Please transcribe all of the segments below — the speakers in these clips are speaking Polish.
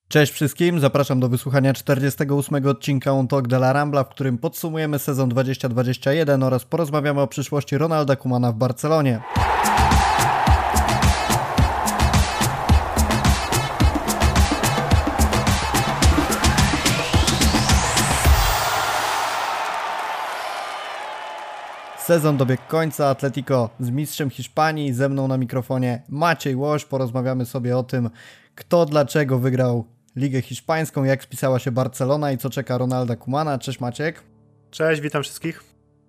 Cześć wszystkim, zapraszam do wysłuchania 48 odcinka On Talk de la Rambla, w którym podsumujemy sezon 2021 oraz porozmawiamy o przyszłości Ronalda Koemana w Barcelonie. Sezon dobiegł końca, Atletico z mistrzem Hiszpanii, ze mną na mikrofonie Maciej Łoś. Porozmawiamy sobie o tym, kto dlaczego wygrał Ligę Hiszpańską, jak spisała się Barcelona i co czeka Ronalda Koemana. Cześć Maciek. Cześć, witam wszystkich.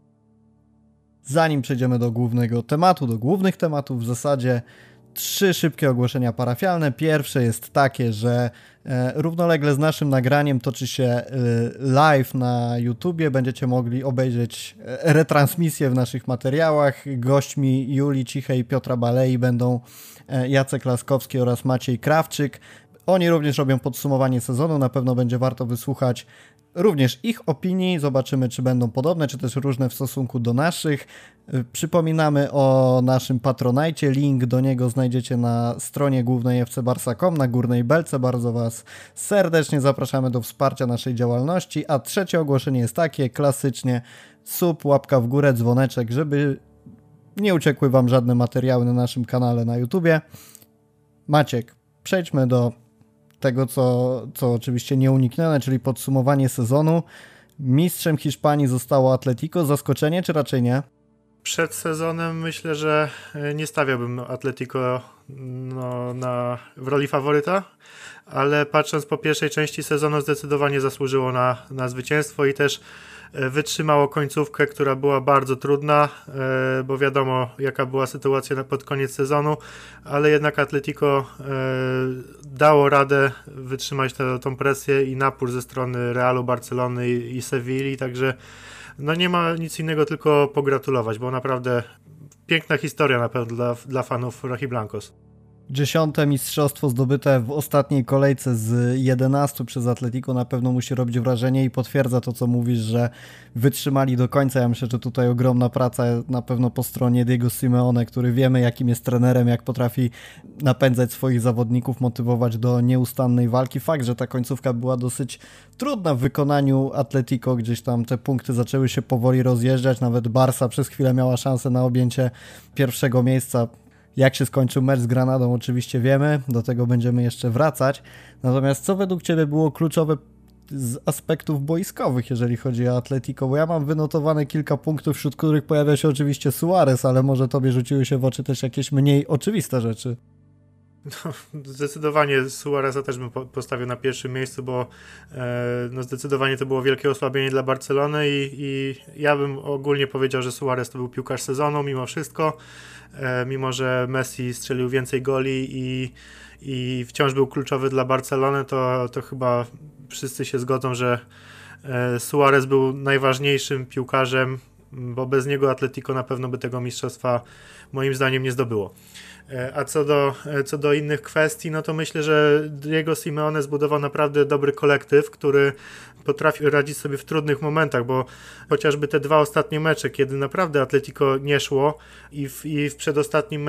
Zanim przejdziemy do głównego tematu, do głównych tematów, w zasadzie 3 szybkie ogłoszenia parafialne. Pierwsze jest takie, że równolegle z naszym nagraniem toczy się live na YouTubie. Będziecie mogli obejrzeć retransmisję w naszych materiałach. Gośćmi Julii Cichej i Piotra Balei będą Jacek Laskowski oraz Maciej Krawczyk. Oni również robią podsumowanie sezonu. Na pewno będzie warto wysłuchać również ich opinii. Zobaczymy, czy będą podobne, czy też różne w stosunku do naszych. Przypominamy o naszym Patronajcie. Link do niego znajdziecie na stronie głównej fcbarsa.com, na górnej belce. Bardzo Was serdecznie zapraszamy do wsparcia naszej działalności. A trzecie ogłoszenie jest takie, klasycznie sub, łapka w górę, dzwoneczek, żeby nie uciekły Wam żadne materiały na naszym kanale na YouTubie. Maciek, przejdźmy do tego, co oczywiście nieuniknione, czyli podsumowanie sezonu. Mistrzem Hiszpanii zostało Atletico. Zaskoczenie, czy raczej nie? Przed sezonem myślę, że nie stawiałbym Atletico w roli faworyta, ale patrząc po pierwszej części sezonu zdecydowanie zasłużyło na zwycięstwo i też wytrzymało końcówkę, która była bardzo trudna, bo wiadomo jaka była sytuacja pod koniec sezonu, ale jednak Atletico dało radę wytrzymać tą presję i napór ze strony Realu, Barcelony i Sewilli, także nie ma nic innego, tylko pogratulować, bo naprawdę piękna historia na pewno dla fanów Rojiblancos. 10. mistrzostwo zdobyte w ostatniej kolejce z 11 przez Atletico na pewno musi robić wrażenie i potwierdza to, co mówisz, że wytrzymali do końca. Ja myślę, że tutaj ogromna praca na pewno po stronie Diego Simeone, który wiemy jakim jest trenerem, jak potrafi napędzać swoich zawodników, motywować do nieustannej walki. Fakt, że ta końcówka była dosyć trudna w wykonaniu Atletico, gdzieś tam te punkty zaczęły się powoli rozjeżdżać, nawet Barca przez chwilę miała szansę na objęcie pierwszego miejsca. Jak się skończył mecz z Granadą, oczywiście wiemy, do tego będziemy jeszcze wracać. Natomiast co według Ciebie było kluczowe z aspektów boiskowych, jeżeli chodzi o Atletico? Bo ja mam wynotowane kilka punktów, wśród których pojawia się oczywiście Suarez, ale może Tobie rzuciły się w oczy też jakieś mniej oczywiste rzeczy. Zdecydowanie Suareza też bym postawił na pierwszym miejscu, bo zdecydowanie to było wielkie osłabienie dla Barcelony i ja bym ogólnie powiedział, że Suarez to był piłkarz sezonu mimo wszystko, mimo że Messi strzelił więcej goli i wciąż był kluczowy dla Barcelony, to chyba wszyscy się zgodzą, że Suarez był najważniejszym piłkarzem, bo bez niego Atletico na pewno by tego mistrzostwa moim zdaniem nie zdobyło. A co do innych kwestii, to myślę, że Diego Simeone zbudował naprawdę dobry kolektyw, który potrafi radzić sobie w trudnych momentach, bo chociażby te 2 ostatnie mecze, kiedy naprawdę Atletico nie szło i w przedostatnim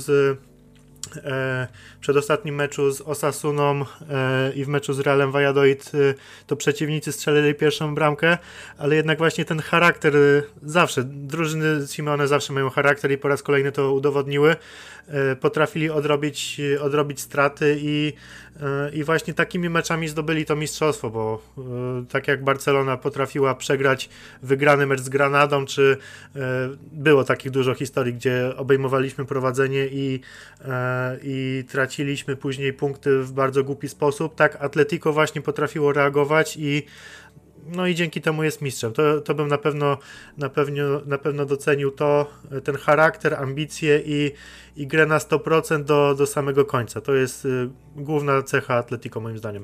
meczu z Osasuną i w meczu z Realem Valladolid to przeciwnicy strzelili pierwszą bramkę, ale jednak właśnie ten charakter zawsze, drużyny Simeone zawsze mają charakter i po raz kolejny to udowodniły, potrafili odrobić straty i właśnie takimi meczami zdobyli to mistrzostwo, bo tak jak Barcelona potrafiła przegrać wygrany mecz z Granadą, czy było takich dużo historii, gdzie obejmowaliśmy prowadzenie i traciliśmy później punkty w bardzo głupi sposób, tak Atletico właśnie potrafiło reagować i dzięki temu jest mistrzem. To bym na pewno docenił ten charakter, ambicje i grę na 100% do samego końca. To jest główna cecha Atletico moim zdaniem.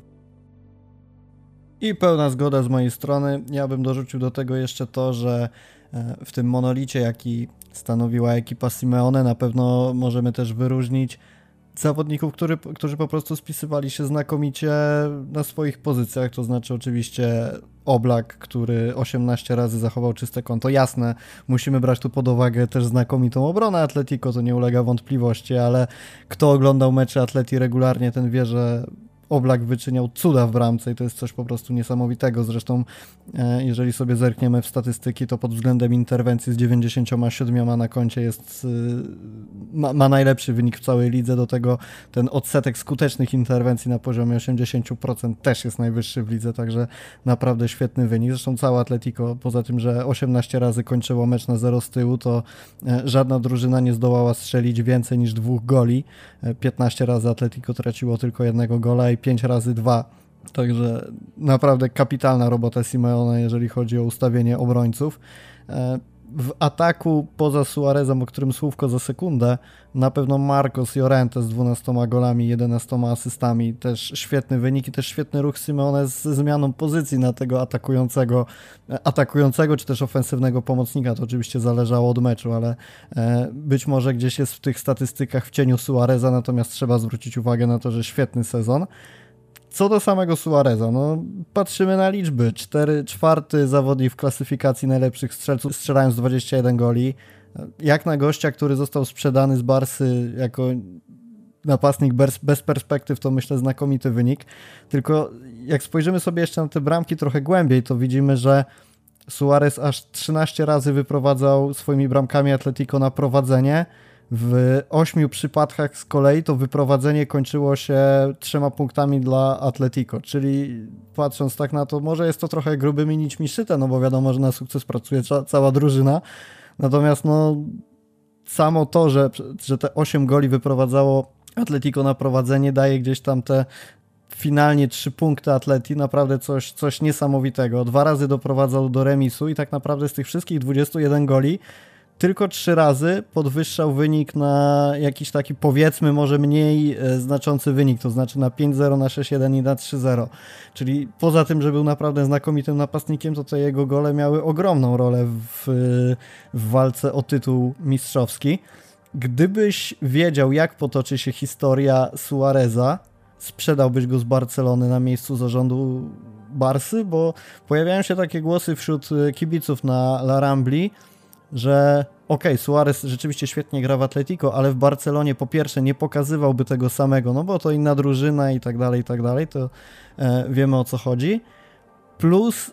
I pełna zgoda z mojej strony. Ja bym dorzucił do tego jeszcze to, że w tym monolicie, jaki stanowiła ekipa Simeone, na pewno możemy też wyróżnić zawodników, którzy po prostu spisywali się znakomicie na swoich pozycjach, to znaczy oczywiście Oblak, który 18 razy zachował czyste konto. Jasne, musimy brać tu pod uwagę też znakomitą obronę Atletico, to nie ulega wątpliwości, ale kto oglądał mecze Atleti regularnie, ten wie, że Oblak wyczyniał cuda w bramce i to jest coś po prostu niesamowitego. Zresztą jeżeli sobie zerkniemy w statystyki, to pod względem interwencji z 97 na koncie jest ma najlepszy wynik w całej lidze. Do tego ten odsetek skutecznych interwencji na poziomie 80% też jest najwyższy w lidze, także naprawdę świetny wynik. Zresztą całe Atletico, poza tym, że 18 razy kończyło mecz na 0 z tyłu, to żadna drużyna nie zdołała strzelić więcej niż 2 goli. 15 razy Atletico traciło tylko 1 gola i 5 razy 2. Także naprawdę kapitalna robota Simeone, jeżeli chodzi o ustawienie obrońców. W ataku poza Suarezem, o którym słówko za sekundę, na pewno Marcos Llorente z 12 golami, 11 asystami, też świetny wynik i też świetny ruch Simeone z zmianą pozycji na tego atakującego czy też ofensywnego pomocnika. To oczywiście zależało od meczu, ale być może gdzieś jest w tych statystykach w cieniu Suareza, natomiast trzeba zwrócić uwagę na to, że świetny sezon. Co do samego Suareza, no patrzymy na liczby. 4-4 zawodnik w klasyfikacji najlepszych strzelców, strzelając 21 goli. Jak na gościa, który został sprzedany z Barsy jako napastnik bez perspektyw, to myślę znakomity wynik. Tylko jak spojrzymy sobie jeszcze na te bramki trochę głębiej, to widzimy, że Suarez aż 13 razy wyprowadzał swoimi bramkami Atletico na prowadzenie. W 8 przypadkach z kolei to wyprowadzenie kończyło się 3 punktami dla Atletico, czyli patrząc tak na to, może jest to trochę grubymi nićmi szyte, no bo wiadomo, że na sukces pracuje cała drużyna, natomiast no samo to, że te 8 goli wyprowadzało Atletico na prowadzenie, daje gdzieś tam te finalnie 3 punkty Atleti, naprawdę coś niesamowitego. 2 razy doprowadzał do remisu i tak naprawdę z tych wszystkich 21 goli tylko 3 razy podwyższał wynik na jakiś taki, powiedzmy, może mniej znaczący wynik, to znaczy na 5-0, na 6-1 i na 3-0. Czyli poza tym, że był naprawdę znakomitym napastnikiem, to te jego gole miały ogromną rolę w walce o tytuł mistrzowski. Gdybyś wiedział, jak potoczy się historia Suareza, sprzedałbyś go z Barcelony na miejscu zarządu Barsy, bo pojawiają się takie głosy wśród kibiców na La Rambli, że Suarez rzeczywiście świetnie gra w Atletico, ale w Barcelonie po pierwsze nie pokazywałby tego samego, no bo to inna drużyna i tak dalej, to wiemy o co chodzi. Plus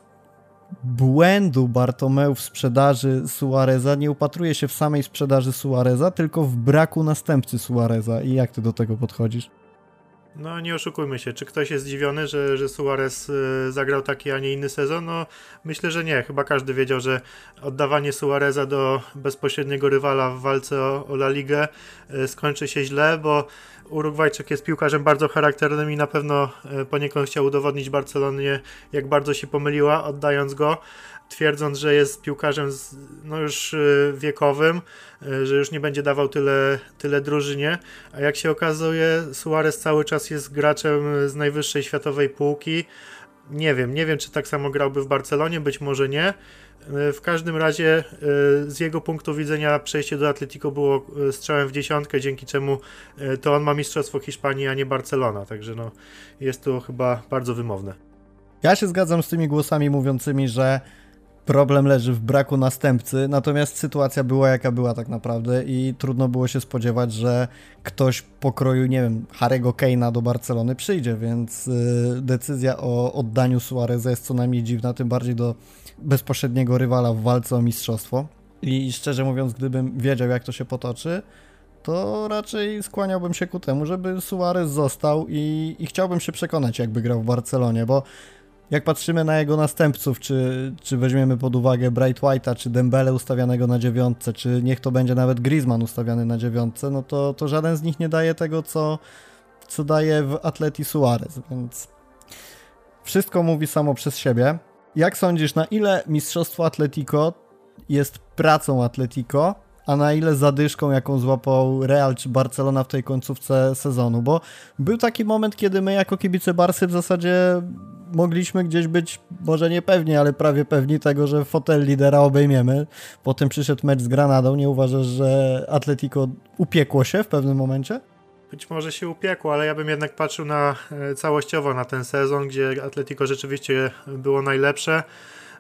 błędu Bartomeu w sprzedaży Suareza nie upatruje się w samej sprzedaży Suareza, tylko w braku następcy Suareza. I jak ty do tego podchodzisz? No nie oszukujmy się, czy ktoś jest zdziwiony, że Suarez zagrał taki, a nie inny sezon? No myślę, że nie. Chyba każdy wiedział, że oddawanie Suareza do bezpośredniego rywala w walce o La Ligę skończy się źle, bo Urugwajczyk jest piłkarzem bardzo charakternym i na pewno poniekąd chciał udowodnić Barcelonie, jak bardzo się pomyliła, oddając go, twierdząc, że jest piłkarzem już wiekowym, że już nie będzie dawał tyle drużynie, a jak się okazuje, Suarez cały czas jest graczem z najwyższej światowej półki. Nie wiem, czy tak samo grałby w Barcelonie, być może nie. W każdym razie z jego punktu widzenia przejście do Atletico było strzałem w dziesiątkę, dzięki czemu to on ma mistrzostwo Hiszpanii, a nie Barcelona, także no, jest to chyba bardzo wymowne. Ja się zgadzam z tymi głosami mówiącymi, że problem leży w braku następcy, natomiast sytuacja była jaka była tak naprawdę i trudno było się spodziewać, że ktoś pokroju, nie wiem, Harry'ego Kane'a do Barcelony przyjdzie, więc decyzja o oddaniu Suareza jest co najmniej dziwna, tym bardziej do bezpośredniego rywala w walce o mistrzostwo. I szczerze mówiąc, gdybym wiedział, jak to się potoczy, to raczej skłaniałbym się ku temu, żeby Suarez został i chciałbym się przekonać, jakby grał w Barcelonie, bo jak patrzymy na jego następców, czy weźmiemy pod uwagę Bright White'a, czy Dembele ustawianego na 9, czy niech to będzie nawet Griezmann ustawiany na 9, no to żaden z nich nie daje tego, co daje w Atleti Suarez, więc wszystko mówi samo przez siebie. Jak sądzisz, na ile mistrzostwo Atletico jest pracą Atletico, a na ile zadyszką, jaką złapał Real czy Barcelona w tej końcówce sezonu? Bo był taki moment, kiedy my jako kibice Barsy w zasadzie mogliśmy gdzieś być, może nie pewni, ale prawie pewni tego, że fotel lidera obejmiemy. Potem przyszedł mecz z Granadą. Nie uważasz, że Atletico upiekło się w pewnym momencie? Być może się upiekło, ale ja bym jednak patrzył całościowo na ten sezon, gdzie Atletico rzeczywiście było najlepsze.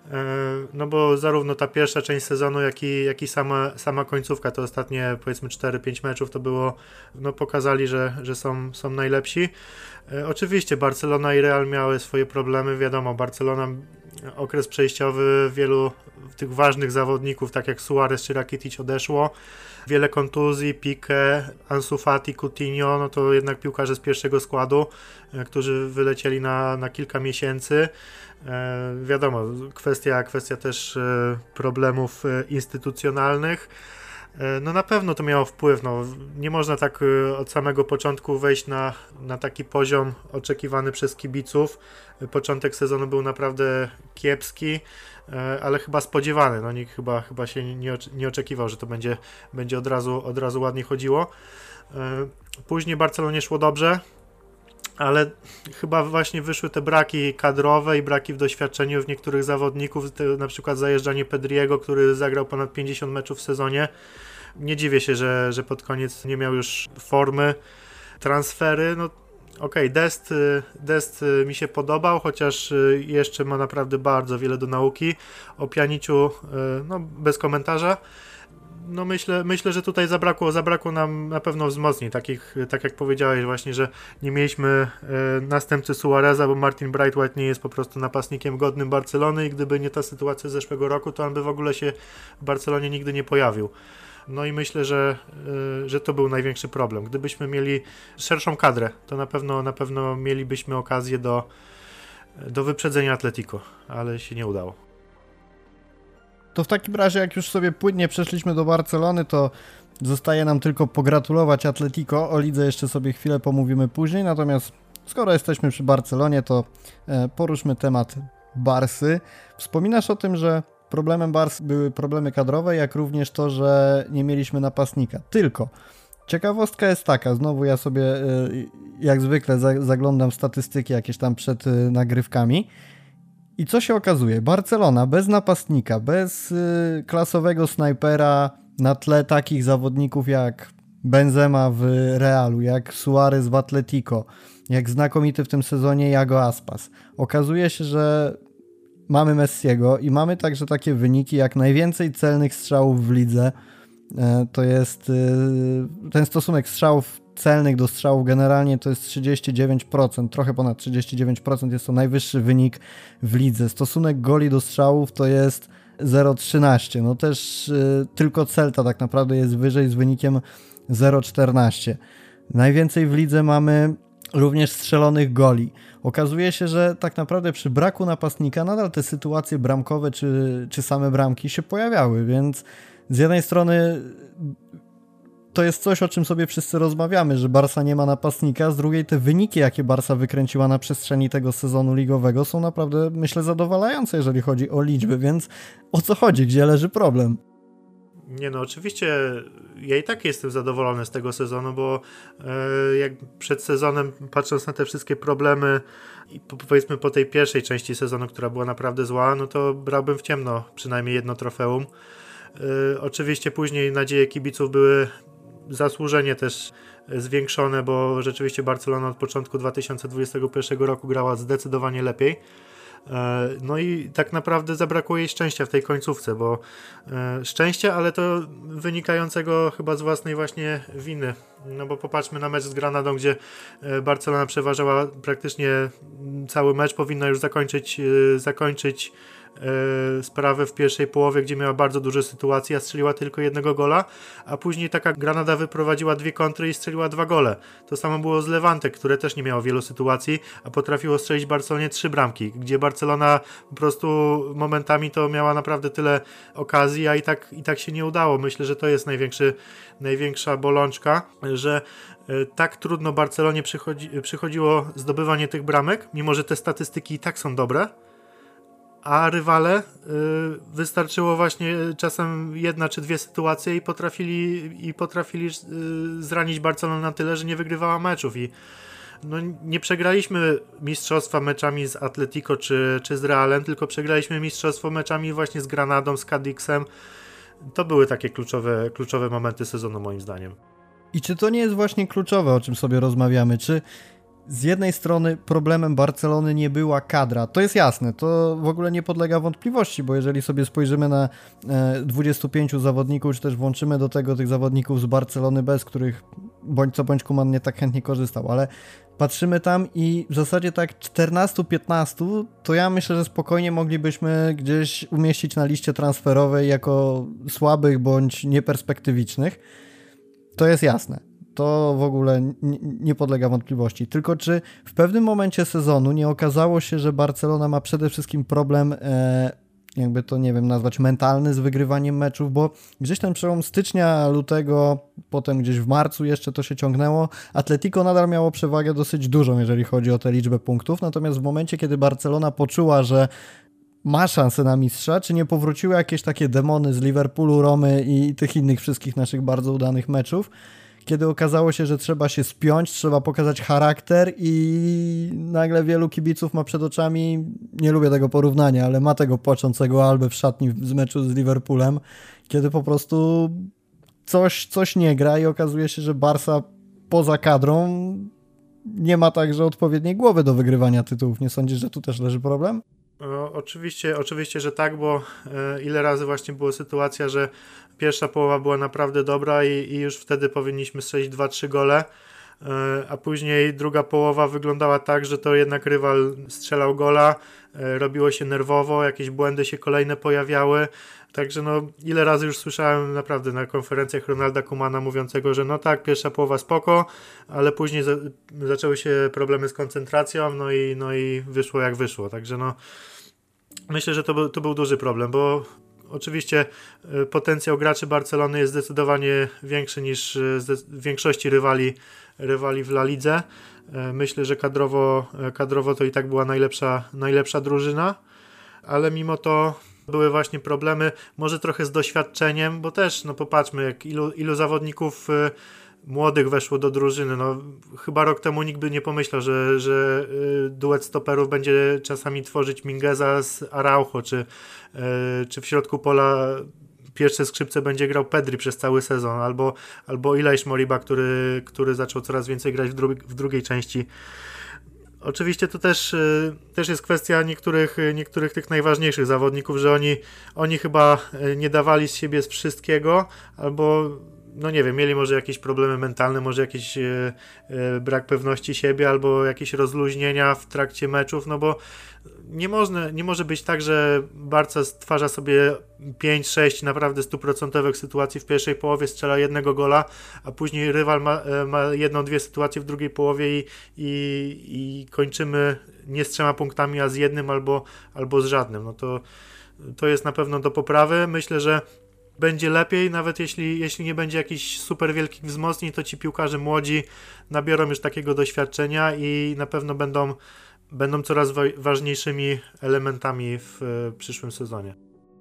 no bo zarówno ta pierwsza część sezonu, jak i sama końcówka, te ostatnie powiedzmy 4-5 meczów to było, no pokazali, że są najlepsi. Oczywiście Barcelona i Real miały swoje problemy, wiadomo, Barcelona okres przejściowy, wielu tych ważnych zawodników, tak jak Suarez czy Rakitic odeszło, wiele kontuzji, Piqué, Ansu Fati, Coutinho, no to jednak piłkarze z pierwszego składu, którzy wylecieli na kilka miesięcy. Wiadomo, kwestia też problemów instytucjonalnych. No na pewno to miało wpływ, no, nie można tak od samego początku wejść na taki poziom oczekiwany przez kibiców. Początek sezonu był naprawdę kiepski, ale chyba spodziewany, no nikt chyba się nie oczekiwał, że to będzie od razu ładnie chodziło. Później Barcelonie szło dobrze, ale chyba właśnie wyszły te braki kadrowe i braki w doświadczeniu w niektórych zawodników, na przykład zajeżdżanie Pedriego, który zagrał ponad 50 meczów w sezonie. Nie dziwię się, że pod koniec nie miał już formy. Transfery, no okej, Dest mi się podobał, chociaż jeszcze ma naprawdę bardzo wiele do nauki. O Pjaniciu, no bez komentarza. No myślę, że tutaj zabrakło nam na pewno wzmocnień, takich, tak jak powiedziałeś właśnie, że nie mieliśmy następcy Suareza, bo Martin Braithwaite nie jest po prostu napastnikiem godnym Barcelony i gdyby nie ta sytuacja z zeszłego roku, to on by w ogóle się w Barcelonie nigdy nie pojawił. No i myślę, że to był największy problem. Gdybyśmy mieli szerszą kadrę, to na pewno mielibyśmy okazję do wyprzedzenia Atletico, ale się nie udało. To w takim razie, jak już sobie płynnie przeszliśmy do Barcelony, to zostaje nam tylko pogratulować Atletico. O lidze jeszcze sobie chwilę pomówimy później, natomiast skoro jesteśmy przy Barcelonie, to poruszmy temat Barsy. Wspominasz o tym, że problemem Barsy były problemy kadrowe, jak również to, że nie mieliśmy napastnika. Tylko ciekawostka jest taka, znowu ja sobie jak zwykle zaglądam w statystyki jakieś tam przed nagrywkami. I co się okazuje? Barcelona bez napastnika, bez klasowego snajpera na tle takich zawodników jak Benzema w Realu, jak Suarez w Atletico, jak znakomity w tym sezonie Iago Aspas. Okazuje się, że mamy Messiego i mamy także takie wyniki jak najwięcej celnych strzałów w lidze. To jest ten stosunek strzałów celnych do strzałów generalnie to jest 39%, trochę ponad 39%, jest to najwyższy wynik w lidze. Stosunek goli do strzałów to jest 0,13, no też tylko Celta tak naprawdę jest wyżej z wynikiem 0,14. Najwięcej w lidze mamy również strzelonych goli. Okazuje się, że tak naprawdę przy braku napastnika nadal te sytuacje bramkowe czy same bramki się pojawiały, więc z jednej strony to jest coś, o czym sobie wszyscy rozmawiamy, że Barsa nie ma napastnika, z drugiej te wyniki, jakie Barsa wykręciła na przestrzeni tego sezonu ligowego są naprawdę, myślę, zadowalające, jeżeli chodzi o liczby, więc o co chodzi? Gdzie leży problem? Nie no, oczywiście ja i tak jestem zadowolony z tego sezonu, bo jak przed sezonem, patrząc na te wszystkie problemy i powiedzmy po tej pierwszej części sezonu, która była naprawdę zła, no to brałbym w ciemno przynajmniej jedno trofeum. Oczywiście później nadzieje kibiców były zasłużenie też zwiększone, bo rzeczywiście Barcelona od początku 2021 roku grała zdecydowanie lepiej. No i tak naprawdę zabrakło jej szczęścia w tej końcówce, bo szczęścia, ale to wynikającego chyba z własnej właśnie winy. No bo popatrzmy na mecz z Granadą, gdzie Barcelona przeważała praktycznie cały mecz, powinna już zakończyć sprawę w pierwszej połowie, gdzie miała bardzo duże sytuacje, a strzeliła tylko jednego gola, a później taka Granada wyprowadziła 2 kontry i strzeliła 2 gole. To samo było z Levante, które też nie miało wielu sytuacji, a potrafiło strzelić Barcelonie 3 bramki, gdzie Barcelona po prostu momentami to miała naprawdę tyle okazji, a i tak się nie udało. Myślę, że to jest największa bolączka, że tak trudno Barcelonie przychodziło zdobywanie tych bramek, mimo że te statystyki i tak są dobre, a rywale wystarczyło właśnie czasem 1 czy 2 sytuacje i potrafili zranić Barcelonę na tyle, że nie wygrywała meczów i no, nie przegraliśmy mistrzostwa meczami z Atletico czy z Realem, tylko przegraliśmy mistrzostwo meczami właśnie z Granadą, z Cadixem. To były takie kluczowe momenty sezonu moim zdaniem. I czy to nie jest właśnie kluczowe, o czym sobie rozmawiamy? Czy z jednej strony problemem Barcelony nie była kadra, to jest jasne, to w ogóle nie podlega wątpliwości, bo jeżeli sobie spojrzymy na 25 zawodników, czy też włączymy do tego tych zawodników z Barcelony, bez których bądź co bądź Koeman nie tak chętnie korzystał, ale patrzymy tam i w zasadzie tak 14-15, to ja myślę, że spokojnie moglibyśmy gdzieś umieścić na liście transferowej jako słabych bądź nieperspektywicznych. To jest jasne. To w ogóle nie podlega wątpliwości. Tylko czy w pewnym momencie sezonu nie okazało się, że Barcelona ma przede wszystkim problem, jakby to nie wiem nazwać, mentalny z wygrywaniem meczów, bo gdzieś ten przełom stycznia, lutego, potem gdzieś w marcu jeszcze to się ciągnęło. Atletico nadal miało przewagę dosyć dużą, jeżeli chodzi o tę liczbę punktów, natomiast w momencie, kiedy Barcelona poczuła, że ma szansę na mistrza, czy nie powróciły jakieś takie demony z Liverpoolu, Romy i tych innych wszystkich naszych bardzo udanych meczów, kiedy okazało się, że trzeba się spiąć, trzeba pokazać charakter i nagle wielu kibiców ma przed oczami, nie lubię tego porównania, ale ma tego płaczącego Albę w szatni z meczu z Liverpoolem, kiedy po prostu coś nie gra i okazuje się, że Barca poza kadrą nie ma także odpowiedniej głowy do wygrywania tytułów. Nie sądzisz, że tu też leży problem? Oczywiście, że tak, bo ile razy właśnie była sytuacja, że pierwsza połowa była naprawdę dobra i już wtedy powinniśmy strzelić 2-3 gole, a później druga połowa wyglądała tak, że to jednak rywal strzelał gola, robiło się nerwowo, jakieś błędy się kolejne pojawiały, także no ile razy już słyszałem naprawdę na konferencjach Ronalda Koemana mówiącego, że no tak, pierwsza połowa spoko, ale później zaczęły się problemy z koncentracją, no i wyszło jak wyszło, także no myślę, że to był duży problem, bo oczywiście potencjał graczy Barcelony jest zdecydowanie większy niż w większości rywali w La Lidze. Myślę, że kadrowo to i tak była najlepsza drużyna, ale mimo to były właśnie problemy, może trochę z doświadczeniem, bo też, no popatrzmy, jak ilu zawodników młodych weszło do drużyny, no chyba rok temu nikt by nie pomyślał, że duet stoperów będzie czasami tworzyć Mingueza z Araujo, czy w środku pola pierwsze skrzypce będzie grał Pedri przez cały sezon, albo Ilaish Moriba, który zaczął coraz więcej grać w drugiej części. Oczywiście to też jest kwestia niektórych tych najważniejszych zawodników, że oni chyba nie dawali z siebie z wszystkiego, albo no nie wiem, mieli może jakieś problemy mentalne, może jakiś brak pewności siebie, albo jakieś rozluźnienia w trakcie meczów, no bo nie może być tak, że Barca stwarza sobie 5-6 naprawdę 100% sytuacji w pierwszej połowie, strzela jednego gola, a później rywal ma jedną, dwie sytuacje w drugiej połowie i kończymy nie z 3 punktami, a z jednym albo z żadnym. No to jest na pewno do poprawy. Myślę, że będzie lepiej, nawet jeśli nie będzie jakichś super wielkich wzmocnień, to ci piłkarze młodzi nabiorą już takiego doświadczenia i na pewno będą coraz ważniejszymi elementami w przyszłym sezonie.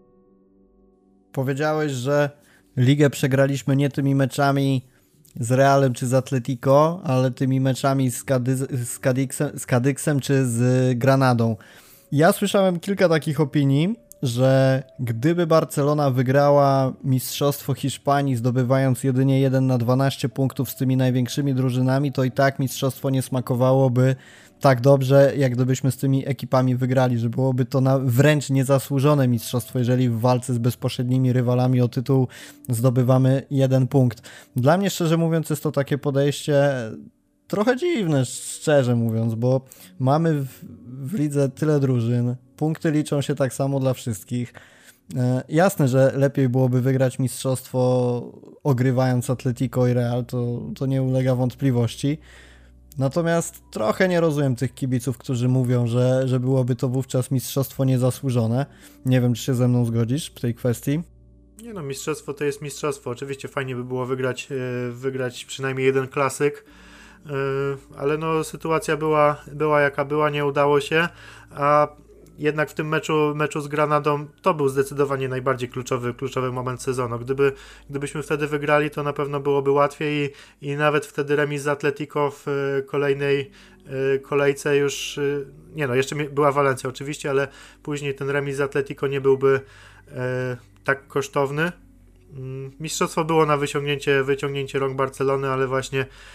Powiedziałeś, że ligę przegraliśmy nie tymi meczami z Realem czy z Atletico, ale tymi meczami z Cadixem czy z Granadą. Ja słyszałem kilka takich opinii, że gdyby Barcelona wygrała Mistrzostwo Hiszpanii, zdobywając jedynie 1 na 12 punktów z tymi największymi drużynami, to i tak mistrzostwo nie smakowałoby tak dobrze, jak gdybyśmy z tymi ekipami wygrali, że byłoby to wręcz niezasłużone mistrzostwo, jeżeli w walce z bezpośrednimi rywalami o tytuł zdobywamy 1 punkt. Dla mnie, szczerze mówiąc, jest to takie podejście trochę dziwne, szczerze mówiąc, bo mamy w lidze tyle drużyn, punkty liczą się tak samo dla wszystkich. Jasne, że lepiej byłoby wygrać mistrzostwo ogrywając Atletico i Real, to nie ulega wątpliwości. Natomiast trochę nie rozumiem tych kibiców, którzy mówią, że byłoby to wówczas mistrzostwo niezasłużone. Nie wiem, czy się ze mną zgodzisz w tej kwestii. Nie no, mistrzostwo to jest mistrzostwo. Oczywiście fajnie by było wygrać przynajmniej 1 klasyk, ale no sytuacja była jaka była, nie udało się, a jednak w tym meczu z Granadą to był zdecydowanie najbardziej kluczowy moment sezonu. Gdybyśmy wtedy wygrali, to na pewno byłoby łatwiej i nawet wtedy remis z Atletico w kolejnej kolejce już, jeszcze była Walencja oczywiście, ale później ten remis z Atletico nie byłby tak kosztowny. Mistrzostwo było na wyciągnięcie rąk Barcelony, ale właśnie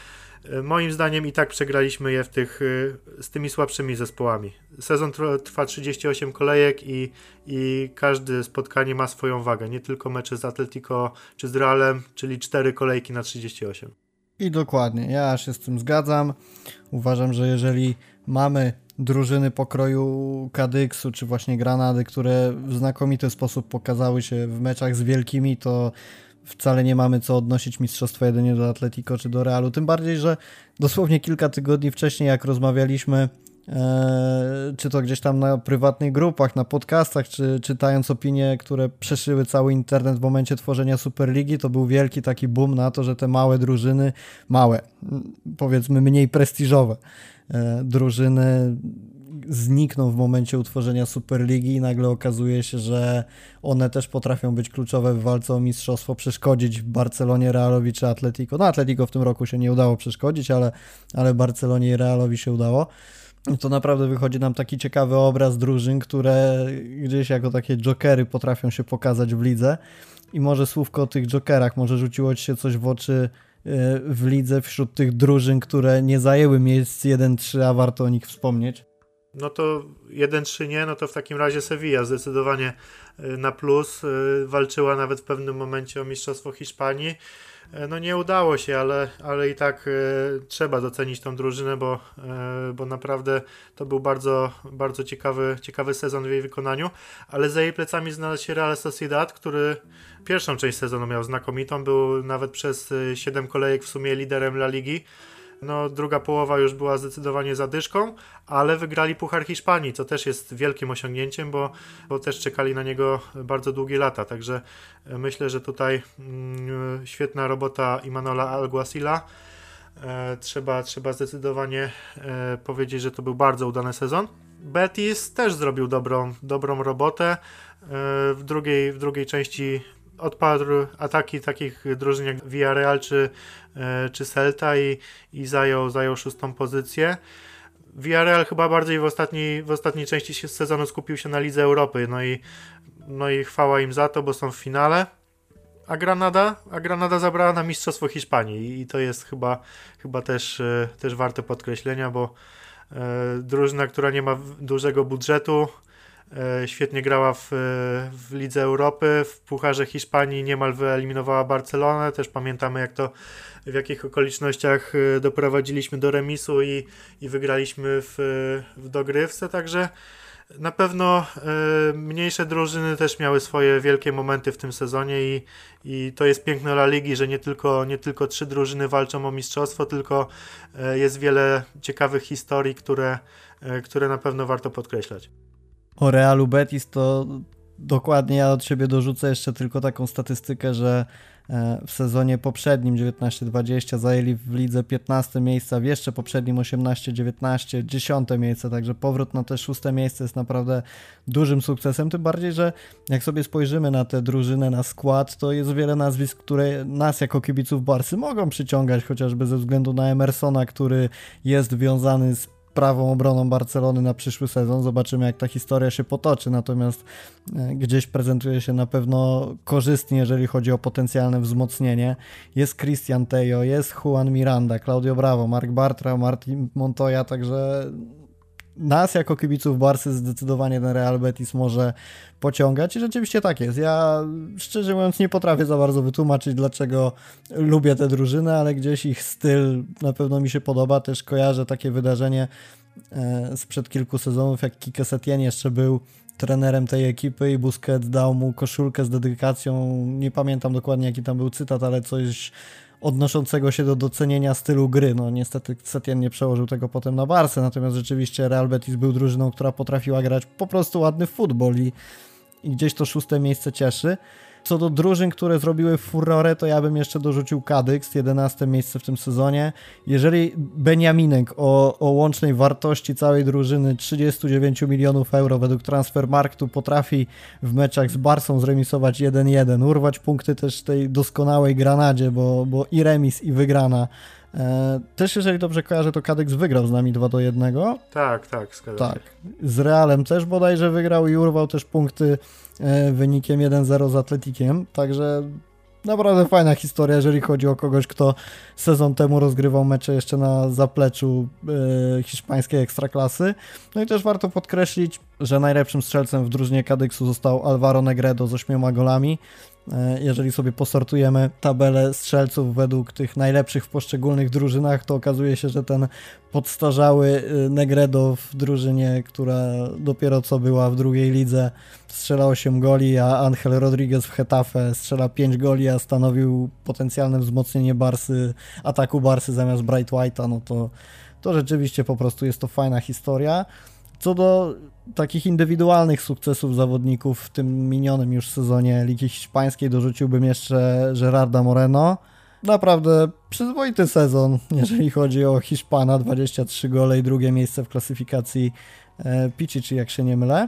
Moim zdaniem i tak przegraliśmy je z tymi słabszymi zespołami. Sezon trwa 38 kolejek i każde spotkanie ma swoją wagę. Nie tylko mecze z Atletico czy z Realem, czyli 4 kolejki na 38. I dokładnie, ja się z tym zgadzam. Uważam, że jeżeli mamy drużyny pokroju Cadixu czy właśnie Granady, które w znakomity sposób pokazały się w meczach z wielkimi, to wcale nie mamy co odnosić mistrzostwa jedynie do Atletico czy do Realu. Tym bardziej, że dosłownie kilka tygodni wcześniej, jak rozmawialiśmy, czy to gdzieś tam na prywatnych grupach, na podcastach, czy czytając opinie, które przeszyły cały internet w momencie tworzenia Superligi, to był wielki taki boom na to, że te małe drużyny, powiedzmy mniej prestiżowe drużyny znikną w momencie utworzenia Superligi i nagle okazuje się, że one też potrafią być kluczowe w walce o mistrzostwo, przeszkodzić Barcelonie, Realowi czy Atletico. No Atletico w tym roku się nie udało przeszkodzić, ale Barcelonie i Realowi się udało. To naprawdę wychodzi nam taki ciekawy obraz drużyn, które gdzieś jako takie jokery potrafią się pokazać w lidze. I może słówko o tych jokerach, może rzuciło ci się coś w oczy w lidze wśród tych drużyn, które nie zajęły miejsc 1-3, a warto o nich wspomnieć. No to 1-3 nie, no to w takim razie Sevilla zdecydowanie na plus, walczyła nawet w pewnym momencie o mistrzostwo Hiszpanii. No nie udało się, ale i tak trzeba docenić tą drużynę, bo naprawdę to był bardzo, bardzo ciekawy sezon w jej wykonaniu, ale za jej plecami znalazł się Real Sociedad, który pierwszą część sezonu miał znakomitą, był nawet przez 7 kolejek w sumie liderem La Ligi. No, druga połowa już była zdecydowanie zadyszką, ale wygrali Puchar Hiszpanii, co też jest wielkim osiągnięciem, bo też czekali na niego bardzo długie lata, także myślę, że tutaj świetna robota Imanol Alguacila. Trzeba zdecydowanie powiedzieć, że to był bardzo udany sezon. Betis też zrobił dobrą robotę. W drugiej części odpadł ataki takich drużyn jak Villarreal czy Celta i zajął 6. pozycję. Villarreal chyba bardziej w ostatniej części sezonu skupił się na Lidze Europy, no i chwała im za to, bo są w finale. A Granada zabrała na mistrzostwo Hiszpanii i to jest chyba też warte podkreślenia, bo drużyna, która nie ma dużego budżetu, świetnie grała w Lidze Europy, w Pucharze Hiszpanii niemal wyeliminowała Barcelonę, też pamiętamy w jakich okolicznościach doprowadziliśmy do remisu i wygraliśmy w dogrywce, także na pewno mniejsze drużyny też miały swoje wielkie momenty w tym sezonie i to jest piękne La Ligi, że nie tylko 3 drużyny walczą o mistrzostwo, tylko jest wiele ciekawych historii, które na pewno warto podkreślać. O Realu Betis to dokładnie ja od siebie dorzucę jeszcze tylko taką statystykę, że w sezonie poprzednim 19-20 zajęli w lidze 15 miejsca, w jeszcze poprzednim 18-19 10 miejsce, także powrót na te 6 miejsce jest naprawdę dużym sukcesem, tym bardziej, że jak sobie spojrzymy na tę drużynę, na skład, to jest wiele nazwisk, które nas jako kibiców Barsy mogą przyciągać, chociażby ze względu na Emersona, który jest wiązany z prawą obroną Barcelony na przyszły sezon. Zobaczymy, jak ta historia się potoczy, natomiast gdzieś prezentuje się na pewno korzystnie, jeżeli chodzi o potencjalne wzmocnienie. Jest Christian Tello, jest Juan Miranda, Claudio Bravo, Marc Bartra, Martin Montoya, także nas jako kibiców Barsy zdecydowanie ten Real Betis może pociągać i rzeczywiście tak jest. Ja szczerze mówiąc nie potrafię za bardzo wytłumaczyć, dlaczego lubię tę drużynę, ale gdzieś ich styl na pewno mi się podoba. Też kojarzę takie wydarzenie sprzed kilku sezonów, jak Quique Setién jeszcze był trenerem tej ekipy i Busquets dał mu koszulkę z dedykacją, nie pamiętam dokładnie jaki tam był cytat, ale coś odnoszącego się do docenienia stylu gry. No niestety Setien nie przełożył tego potem na Barsę, natomiast rzeczywiście Real Betis był drużyną, która potrafiła grać po prostu ładny futbol i gdzieś to 6. miejsce cieszy. Co do drużyn, które zrobiły furorę, to ja bym jeszcze dorzucił Cadix, 11 miejsce w tym sezonie. Jeżeli Beniaminek o łącznej wartości całej drużyny 39 milionów euro według Transfermarktu potrafi w meczach z Barsą zremisować 1-1, urwać punkty też tej doskonałej Granadzie, bo i remis, i wygrana. Też jeżeli dobrze kojarzę, to Cadix wygrał z nami 2-1. Tak, zgadza się. Z Realem też bodajże wygrał i urwał też punkty wynikiem 1-0 z Atletikiem, także naprawdę fajna historia, jeżeli chodzi o kogoś, kto sezon temu rozgrywał mecze jeszcze na zapleczu hiszpańskiej ekstraklasy. No i też warto podkreślić, że najlepszym strzelcem w drużynie Cadixu został Alvaro Negredo z 8 golami. Jeżeli sobie posortujemy tabelę strzelców według tych najlepszych w poszczególnych drużynach, to okazuje się, że ten podstarzały Negredo w drużynie, która dopiero co była w drugiej lidze, strzela 8 goli, a Angel Rodriguez w Getafe strzela 5 goli, a stanowił potencjalne wzmocnienie ataku Barsy zamiast Bright White'a, no to rzeczywiście po prostu jest to fajna historia. Co do takich indywidualnych sukcesów zawodników w tym minionym już sezonie Ligi Hiszpańskiej, dorzuciłbym jeszcze Gerarda Moreno. Naprawdę przyzwoity sezon, jeżeli chodzi o Hiszpana, 23 gole i drugie miejsce w klasyfikacji Pichichi, jak się nie mylę.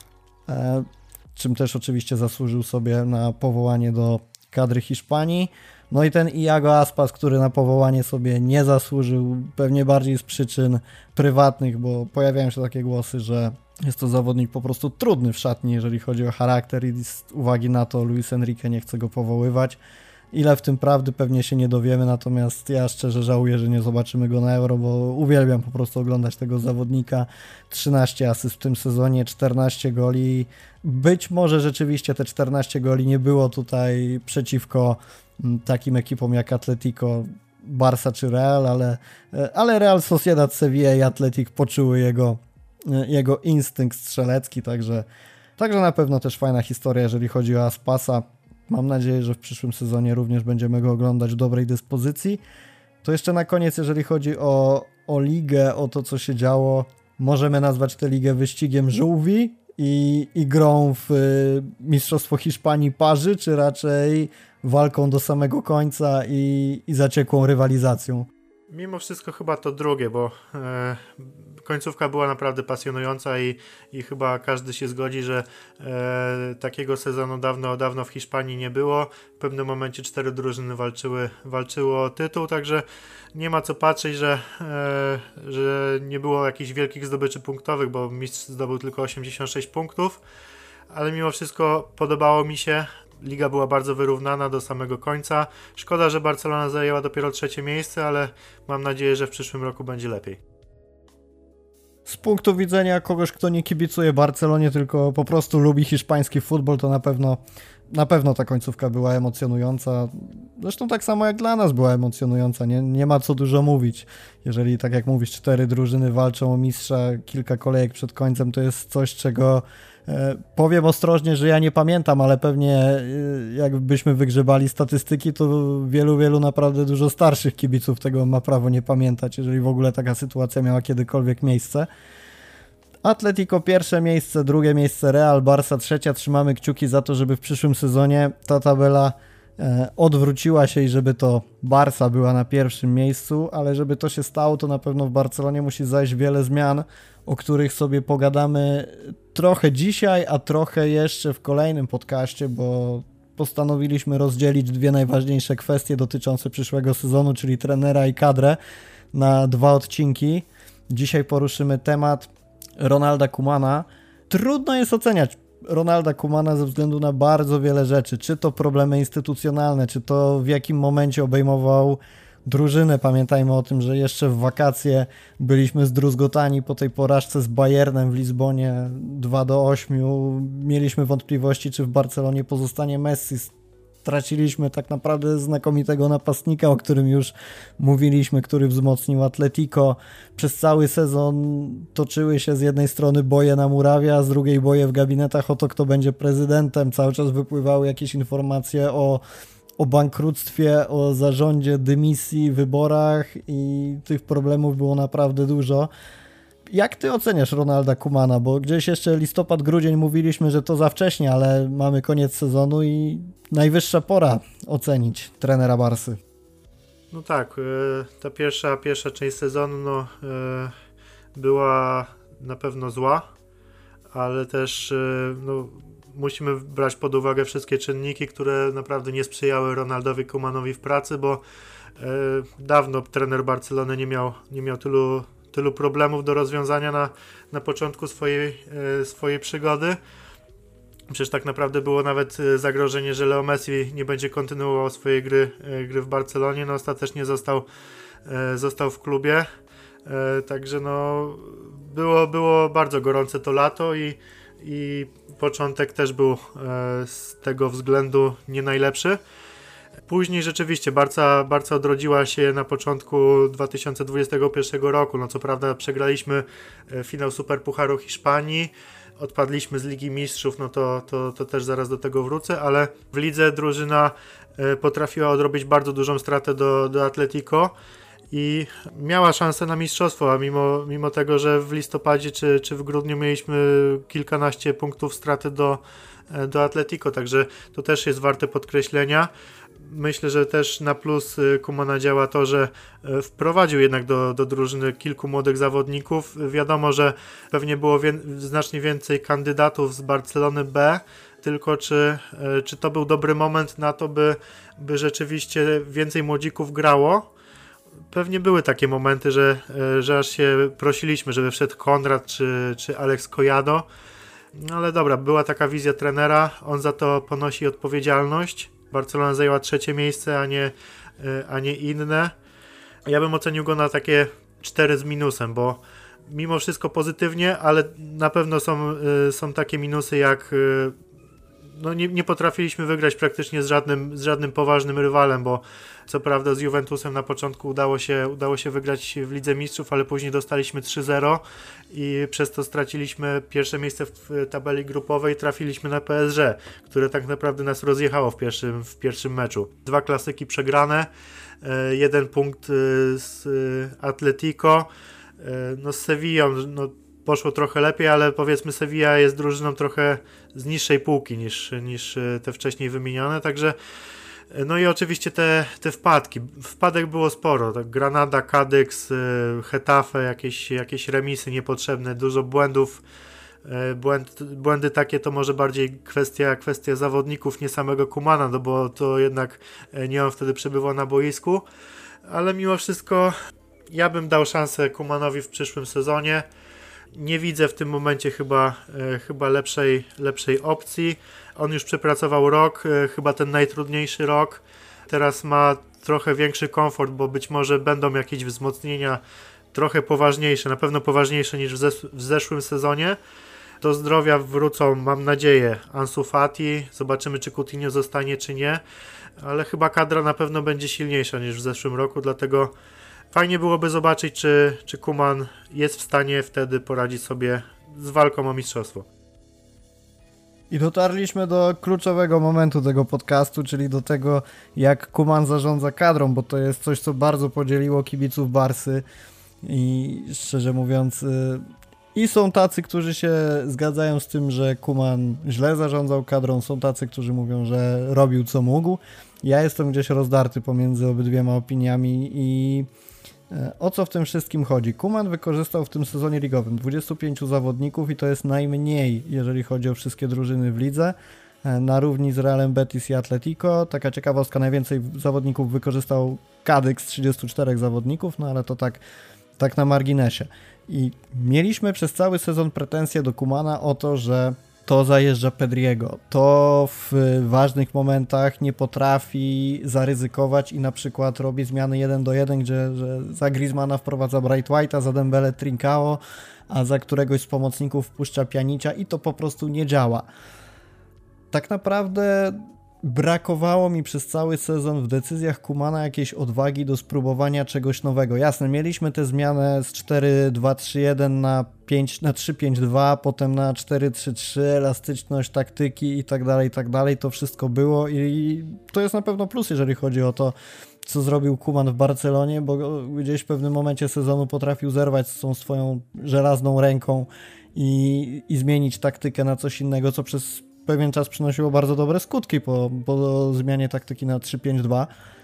Czym też oczywiście zasłużył sobie na powołanie do kadry Hiszpanii. No i ten Iago Aspas, który na powołanie sobie nie zasłużył, pewnie bardziej z przyczyn prywatnych, bo pojawiają się takie głosy, że jest to zawodnik po prostu trudny w szatni, jeżeli chodzi o charakter i z uwagi na to Luis Enrique nie chce go powoływać. Ile w tym prawdy pewnie się nie dowiemy, natomiast ja szczerze żałuję, że nie zobaczymy go na Euro, bo uwielbiam po prostu oglądać tego zawodnika. 13 asyst w tym sezonie, 14 goli. Być może rzeczywiście te 14 goli nie było tutaj przeciwko takim ekipom jak Atletico, Barça czy Real, ale Real Sociedad, Sevilla i Athletic poczuły jego instynkt strzelecki, także na pewno też fajna historia, jeżeli chodzi o Aspasa. Mam nadzieję, że w przyszłym sezonie również będziemy go oglądać w dobrej dyspozycji. To jeszcze na koniec, jeżeli chodzi o ligę, o to, co się działo, możemy nazwać tę ligę wyścigiem żółwi i grą w Mistrzostwo Hiszpanii parzy, czy raczej walką do samego końca i zaciekłą rywalizacją? Mimo wszystko chyba to drugie, bo końcówka była naprawdę pasjonująca i chyba każdy się zgodzi, że takiego sezonu dawno w Hiszpanii nie było. W pewnym momencie 4 drużyny walczyło o tytuł, także nie ma co patrzeć, że nie było jakichś wielkich zdobyczy punktowych, bo mistrz zdobył tylko 86 punktów, ale mimo wszystko podobało mi się. Liga była bardzo wyrównana do samego końca. Szkoda, że Barcelona zajęła dopiero 3. miejsce, ale mam nadzieję, że w przyszłym roku będzie lepiej. Z punktu widzenia kogoś, kto nie kibicuje Barcelonie, tylko po prostu lubi hiszpański futbol, to na pewno ta końcówka była emocjonująca. Zresztą tak samo jak dla nas była emocjonująca. Nie ma co dużo mówić. Jeżeli, tak jak mówisz, 4 drużyny walczą o mistrza, kilka kolejek przed końcem, to jest coś, czego powiem ostrożnie, że ja nie pamiętam, ale pewnie jakbyśmy wygrzebali statystyki, to wielu naprawdę dużo starszych kibiców tego ma prawo nie pamiętać, jeżeli w ogóle taka sytuacja miała kiedykolwiek miejsce. Atletico 1. miejsce, 2. miejsce Real, Barça 3. Trzymamy kciuki za to, żeby w przyszłym sezonie ta tabela odwróciła się i żeby to Barça była na 1. miejscu, ale żeby to się stało, to na pewno w Barcelonie musi zajść wiele zmian, o których sobie pogadamy trochę dzisiaj, a trochę jeszcze w kolejnym podcaście, bo postanowiliśmy rozdzielić 2 najważniejsze kwestie dotyczące przyszłego sezonu, czyli trenera i kadrę, na 2 odcinki. Dzisiaj poruszymy temat Ronalda Koemana. Trudno jest oceniać Ronalda Koemana ze względu na bardzo wiele rzeczy, czy to problemy instytucjonalne, czy to w jakim momencie obejmował drużynę. Pamiętajmy o tym, że jeszcze w wakacje byliśmy zdruzgotani po tej porażce z Bayernem w Lizbonie 2-8. Mieliśmy wątpliwości, czy w Barcelonie pozostanie Messi. Straciliśmy tak naprawdę znakomitego napastnika, o którym już mówiliśmy, który wzmocnił Atletico. Przez cały sezon toczyły się z jednej strony boje na murawie, a z drugiej boje w gabinetach o to, kto będzie prezydentem. Cały czas wypływały jakieś informacje o bankructwie, o zarządzie, dymisji, wyborach i tych problemów było naprawdę dużo. Jak ty oceniasz Ronalda Koemana? Bo gdzieś jeszcze listopad, grudzień mówiliśmy, że to za wcześnie, ale mamy koniec sezonu i najwyższa pora ocenić trenera Barsy. No tak, ta pierwsza część sezonu była na pewno zła, ale też musimy brać pod uwagę wszystkie czynniki, które naprawdę nie sprzyjały Ronaldowi Koemanowi w pracy, bo dawno trener Barcelony nie miał tylu problemów do rozwiązania na początku swojej przygody. Przecież tak naprawdę było nawet zagrożenie, że Leo Messi nie będzie kontynuował swojej gry w Barcelonie. No ostatecznie został w klubie. Także no było bardzo gorące to lato i początek też był z tego względu nie najlepszy. Później rzeczywiście Barca odrodziła się na początku 2021 roku. No co prawda przegraliśmy finał Superpucharu Hiszpanii, odpadliśmy z Ligi Mistrzów, no to też zaraz do tego wrócę, ale w lidze drużyna potrafiła odrobić bardzo dużą stratę do Atletico i miała szansę na mistrzostwo, a mimo tego, że w listopadzie czy w grudniu mieliśmy kilkanaście punktów straty do Atletico, także to też jest warte podkreślenia. Myślę, że też na plus Kumana działa to, że wprowadził jednak do drużyny kilku młodych zawodników. Wiadomo, że pewnie było znacznie więcej kandydatów z Barcelony B, tylko czy to był dobry moment na to, by rzeczywiście więcej młodzików grało. Pewnie były takie momenty, że aż się prosiliśmy, żeby wszedł Konrad czy Alex Collado. No ale dobra, była taka wizja trenera, on za to ponosi odpowiedzialność. Barcelona zajęła 3. miejsce, a nie inne. Ja bym ocenił go na takie 4 z minusem, bo mimo wszystko pozytywnie, ale na pewno są takie minusy jak no nie potrafiliśmy wygrać praktycznie z żadnym poważnym rywalem, bo co prawda z Juventusem na początku udało się wygrać w Lidze Mistrzów, ale później dostaliśmy 3-0 i przez to straciliśmy pierwsze miejsce w tabeli grupowej, trafiliśmy na PSG, które tak naprawdę nas rozjechało w pierwszym meczu. 2 klasyki przegrane, 1 punkt z Atletico, no z Sevillą, no poszło trochę lepiej, ale powiedzmy Sevilla jest drużyną trochę z niższej półki niż te wcześniej wymienione, także no i oczywiście te wpadki. Wpadek było sporo, tak Granada, Cadix, Getafe, jakieś remisy niepotrzebne, dużo błędów. Błędy takie to może bardziej kwestia zawodników, nie samego Kumana, no bo to jednak nie on wtedy przebywał na boisku, ale mimo wszystko ja bym dał szansę Kumanowi w przyszłym sezonie. Nie widzę w tym momencie chyba lepszej opcji. On już przepracował rok, chyba ten najtrudniejszy rok. Teraz ma trochę większy komfort, bo być może będą jakieś wzmocnienia trochę poważniejsze, na pewno poważniejsze niż w zeszłym sezonie. Do zdrowia wrócą, mam nadzieję, Ansu Fati. Zobaczymy, czy Coutinho zostanie, czy nie. Ale chyba kadra na pewno będzie silniejsza niż w zeszłym roku, dlatego fajnie byłoby zobaczyć, czy Koeman jest w stanie wtedy poradzić sobie z walką o mistrzostwo. I dotarliśmy do kluczowego momentu tego podcastu, czyli do tego, jak Koeman zarządza kadrą, bo to jest coś, co bardzo podzieliło kibiców Barsy i szczerze mówiąc i są tacy, którzy się zgadzają z tym, że Koeman źle zarządzał kadrą, są tacy, którzy mówią, że robił co mógł. Ja jestem gdzieś rozdarty pomiędzy obydwiema opiniami i o co w tym wszystkim chodzi? Koeman wykorzystał w tym sezonie ligowym 25 zawodników i to jest najmniej, jeżeli chodzi o wszystkie drużyny w lidze, na równi z Realem Betis i Atletico. Taka ciekawostka, najwięcej zawodników wykorzystał Cadix, 34 zawodników, no ale to tak na marginesie. I mieliśmy przez cały sezon pretensje do Koemana o to, że to zajeżdża Pedriego, to w ważnych momentach nie potrafi zaryzykować i na przykład robi zmiany 1-1, gdzie że za Griezmana wprowadza Bright White'a, za Dembele Trincao, a za któregoś z pomocników wpuszcza Pjanicia i to po prostu nie działa. Tak naprawdę brakowało mi przez cały sezon w decyzjach Koemana jakiejś odwagi do spróbowania czegoś nowego. Jasne, mieliśmy tę zmianę z 4-2-3-1 na 3-5-2, potem na 4-3-3, elastyczność taktyki i tak dalej, to wszystko było i to jest na pewno plus, jeżeli chodzi o to, co zrobił Koeman w Barcelonie, bo gdzieś w pewnym momencie sezonu potrafił zerwać z tą swoją żelazną ręką i zmienić taktykę na coś innego, co przez pewien czas przynosiło bardzo dobre skutki po zmianie taktyki na 3-5-2.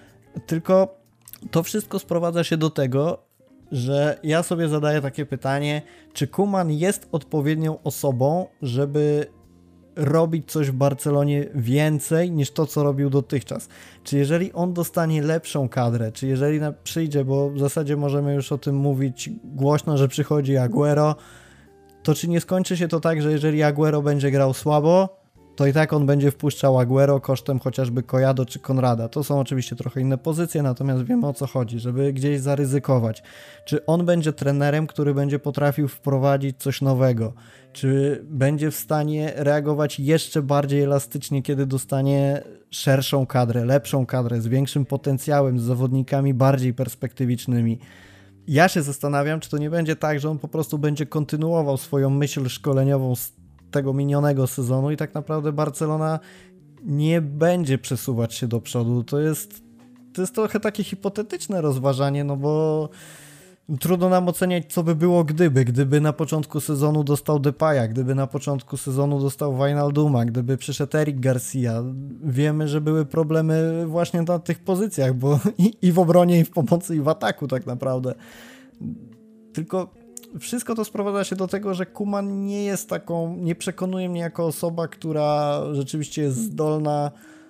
Tylko to wszystko sprowadza się do tego, że ja sobie zadaję takie pytanie, czy Koeman jest odpowiednią osobą, żeby robić coś w Barcelonie więcej niż to, co robił dotychczas. Czy jeżeli on dostanie lepszą kadrę, czy jeżeli przyjdzie, bo w zasadzie możemy już o tym mówić głośno, że przychodzi Agüero, to czy nie skończy się to tak, że jeżeli Agüero będzie grał słabo, to i tak on będzie wpuszczał Aguero kosztem chociażby Collado czy Konrada. To są oczywiście trochę inne pozycje, natomiast wiemy, o co chodzi, żeby gdzieś zaryzykować. Czy on będzie trenerem, który będzie potrafił wprowadzić coś nowego? Czy będzie w stanie reagować jeszcze bardziej elastycznie, kiedy dostanie szerszą kadrę, lepszą kadrę, z większym potencjałem, z zawodnikami bardziej perspektywicznymi? Ja się zastanawiam, czy to nie będzie tak, że on po prostu będzie kontynuował swoją myśl szkoleniową z tego minionego sezonu i tak naprawdę Barcelona nie będzie przesuwać się do przodu. To jest trochę takie hipotetyczne rozważanie, no bo trudno nam oceniać, co by było gdyby na początku sezonu dostał Depaya, gdyby na początku sezonu dostał Wijnalduma, gdyby przyszedł Eric Garcia. Wiemy, że były problemy właśnie na tych pozycjach, bo i w obronie, i w pomocy, i w ataku tak naprawdę. Tylko wszystko to sprowadza się do tego, że Koeman nie przekonuje mnie jako osoba, która rzeczywiście jest zdolna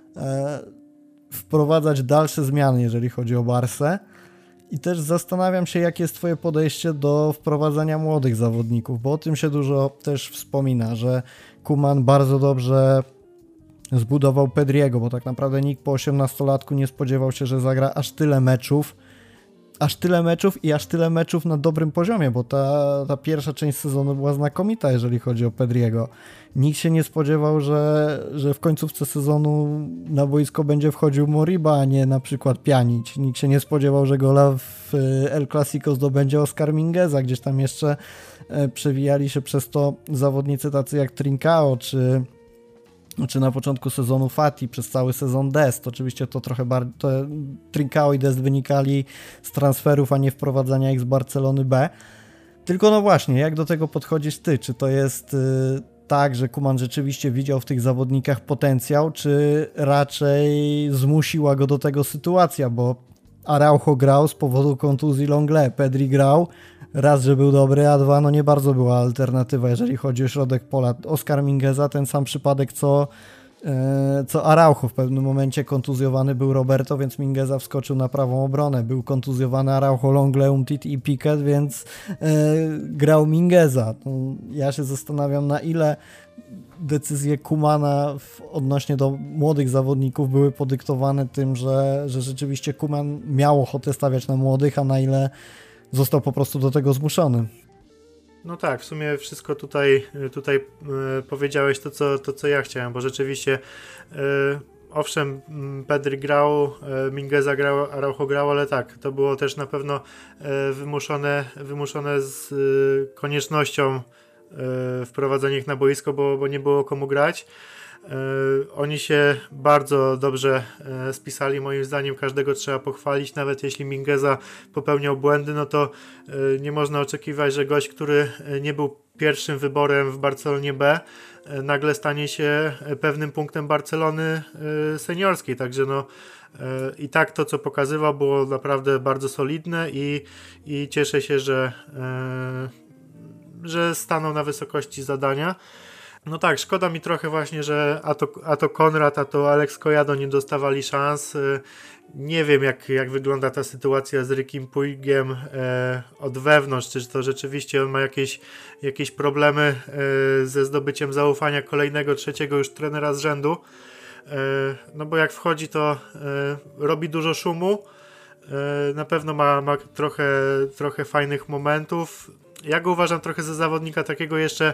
wprowadzać dalsze zmiany, jeżeli chodzi o Barsę. I też zastanawiam się, jakie jest twoje podejście do wprowadzania młodych zawodników, bo o tym się dużo też wspomina, że Koeman bardzo dobrze zbudował Pedriego, bo tak naprawdę nikt po 18-latku nie spodziewał się, że zagra aż tyle meczów i aż tyle meczów na dobrym poziomie, bo ta pierwsza część sezonu była znakomita, jeżeli chodzi o Pedriego. Nikt się nie spodziewał, że w końcówce sezonu na boisko będzie wchodził Moriba, a nie na przykład Pjanić. Nikt się nie spodziewał, że gola w El Clasico zdobędzie Oscar Mingueza. Gdzieś tam jeszcze przewijali się przez to zawodnicy tacy jak Trincao, czy na początku sezonu Fati, przez cały sezon Dest. Oczywiście to trochę bardziej Trincao i Dest wynikali z transferów, a nie wprowadzania ich z Barcelony B. Tylko no właśnie, jak do tego podchodzisz ty? Czy to jest tak, że Koeman rzeczywiście widział w tych zawodnikach potencjał, czy raczej zmusiła go do tego sytuacja, bo Araujo grał z powodu kontuzji Longley, Pedri grał, raz, że był dobry, a dwa, no nie bardzo była alternatywa, jeżeli chodzi o środek pola. Oscar Mingueza, ten sam przypadek, co Araujo. W pewnym momencie kontuzjowany był Roberto, więc Mingueza wskoczył na prawą obronę. Był kontuzjowany Araujo, Longley, Umtiti i Piquet, więc grał Mingueza. Ja się zastanawiam, na ile decyzje Koemana odnośnie do młodych zawodników były podyktowane tym, że rzeczywiście Koeman miał ochotę stawiać na młodych, a na ile został po prostu do tego zmuszony. No tak, w sumie wszystko tutaj powiedziałeś to, co ja chciałem, bo rzeczywiście owszem, Pedri grał, Mingueza grał, Araujo grał, ale tak, to było też na pewno wymuszone z koniecznością wprowadzenia ich na boisko, bo nie było komu grać. Oni się bardzo dobrze spisali, moim zdaniem każdego trzeba pochwalić, nawet jeśli Mingueza popełniał błędy, no to nie można oczekiwać, że gość, który nie był pierwszym wyborem w Barcelonie B, nagle stanie się pewnym punktem Barcelony seniorskiej, także no i tak to, co pokazywał, było naprawdę bardzo solidne i cieszę się, że stanął na wysokości zadania. No tak, szkoda mi trochę właśnie, że a to Konrad, a to Alex Collado nie dostawali szans. Nie wiem, jak wygląda ta sytuacja z Rickiem Puigiem od wewnątrz, czy to rzeczywiście on ma jakieś problemy ze zdobyciem zaufania kolejnego, trzeciego już trenera z rzędu. No bo jak wchodzi, to robi dużo szumu. Na pewno ma trochę fajnych momentów. Ja go uważam trochę za zawodnika takiego jeszcze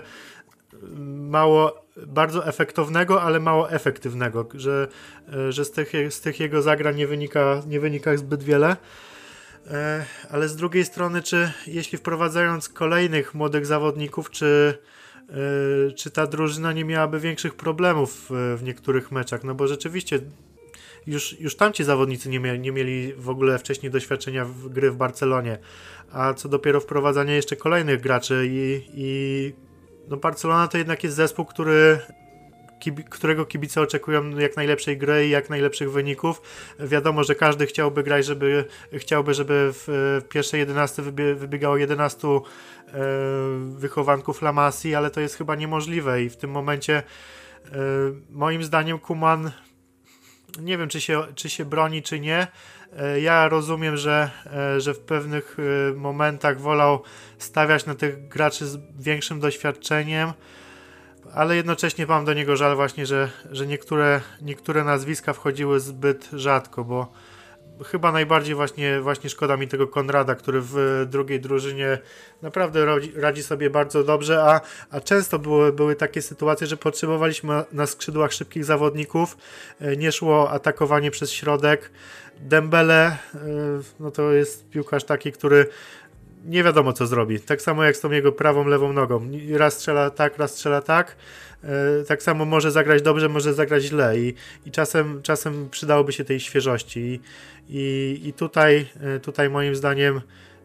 bardzo efektownego, ale mało efektywnego, że z tych jego zagrań nie wynika zbyt wiele. Ale z drugiej strony, jeśli wprowadzając kolejnych młodych zawodników, czy ta drużyna nie miałaby większych problemów w niektórych meczach, no bo rzeczywiście już tamci zawodnicy nie mieli w ogóle wcześniej doświadczenia gry w Barcelonie, a co dopiero wprowadzania jeszcze kolejnych graczy i no Barcelona to jednak jest zespół, którego kibice oczekują jak najlepszej gry i jak najlepszych wyników. Wiadomo, że każdy chciałby, żeby w pierwszej 11 wybiegało 11 wychowanków La Masii, ale to jest chyba niemożliwe i w tym momencie moim zdaniem Koeman, nie wiem czy się broni, czy nie. Ja rozumiem, że w pewnych momentach wolał stawiać na tych graczy z większym doświadczeniem, ale jednocześnie mam do niego żal właśnie, że niektóre nazwiska wchodziły zbyt rzadko, bo chyba najbardziej właśnie szkoda mi tego Konrada, który w drugiej drużynie naprawdę radzi sobie bardzo dobrze, a często były takie sytuacje, że potrzebowaliśmy na skrzydłach szybkich zawodników, nie szło atakowanie przez środek. Dembele, no to jest piłkarz taki, który nie wiadomo co zrobi, tak samo jak z tą jego prawą, lewą nogą, raz strzela tak, tak samo może zagrać dobrze, może zagrać źle i czasem przydałoby się tej świeżości i tutaj moim zdaniem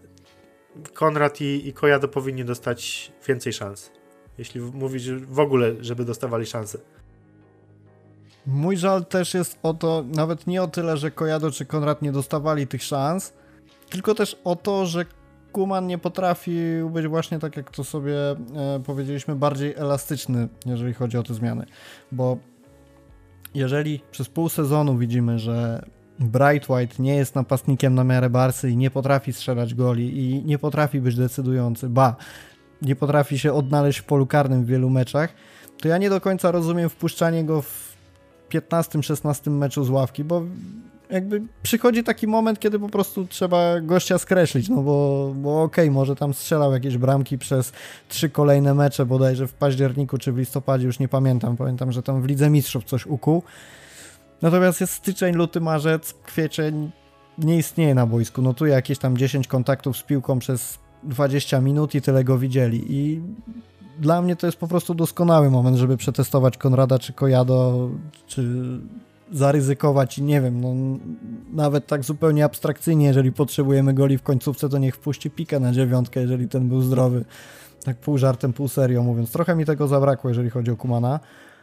Konrad i Collado powinni dostać więcej szans, jeśli mówić w ogóle, żeby dostawali szansę. Mój żal też jest o to, nawet nie o tyle, że Collado czy Konrad nie dostawali tych szans, tylko też o to, że Koeman nie potrafił być właśnie tak, jak to sobie powiedzieliśmy, bardziej elastyczny, jeżeli chodzi o te zmiany. Bo jeżeli przez pół sezonu widzimy, że Bright White nie jest napastnikiem na miarę Barsy i nie potrafi strzelać goli i nie potrafi być decydujący, nie potrafi się odnaleźć w polu karnym w wielu meczach, to ja nie do końca rozumiem wpuszczanie go w 15-16 meczu z ławki, bo jakby przychodzi taki moment, kiedy po prostu trzeba gościa skreślić, no bo okej, może tam strzelał jakieś bramki przez 3 kolejne mecze, bodajże w październiku czy w listopadzie, już nie pamiętam, że tam w Lidze Mistrzów coś ukuł. Natomiast jest styczeń, luty, marzec, kwiecień, nie istnieje na boisku, no tu jakieś tam 10 kontaktów z piłką przez 20 minut i tyle go widzieli i dla mnie to jest po prostu doskonały moment, żeby przetestować Konrada czy Collado, czy zaryzykować i nie wiem, no nawet tak zupełnie abstrakcyjnie, jeżeli potrzebujemy goli w końcówce, to niech wpuści Pikę na 9, jeżeli ten był zdrowy. Tak pół żartem, pół serio mówiąc. Trochę mi tego zabrakło, jeżeli chodzi o Koemana.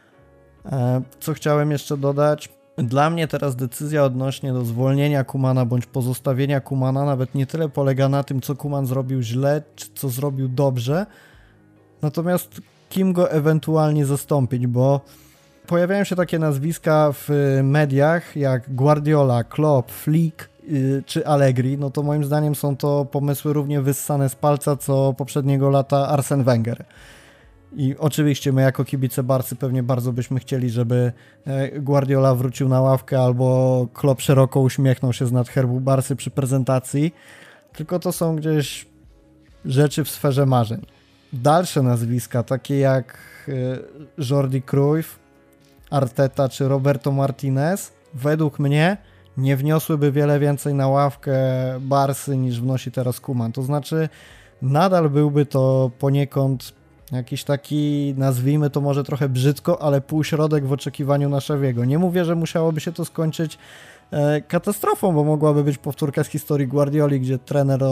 Co chciałem jeszcze dodać? Dla mnie teraz decyzja odnośnie do zwolnienia Koemana bądź pozostawienia Koemana nawet nie tyle polega na tym, co Koeman zrobił źle, czy co zrobił dobrze, natomiast kim go ewentualnie zastąpić, bo pojawiają się takie nazwiska w mediach jak Guardiola, Klopp, Flick czy Allegri, no to moim zdaniem są to pomysły równie wyssane z palca co poprzedniego lata Arsene Wenger. I oczywiście my jako kibice Barsy pewnie bardzo byśmy chcieli, żeby Guardiola wrócił na ławkę albo Klopp szeroko uśmiechnął się z nadherbu Barsy przy prezentacji, tylko to są gdzieś rzeczy w sferze marzeń. Dalsze nazwiska, takie jak Jordi Cruyff, Arteta czy Roberto Martinez, według mnie nie wniosłyby wiele więcej na ławkę Barsy niż wnosi teraz Koeman. To znaczy nadal byłby to poniekąd jakiś taki, nazwijmy to może trochę brzydko, ale półśrodek w oczekiwaniu na Xaviego. Nie mówię, że musiałoby się to skończyć katastrofą, bo mogłaby być powtórka z historii Guardioli, gdzie trener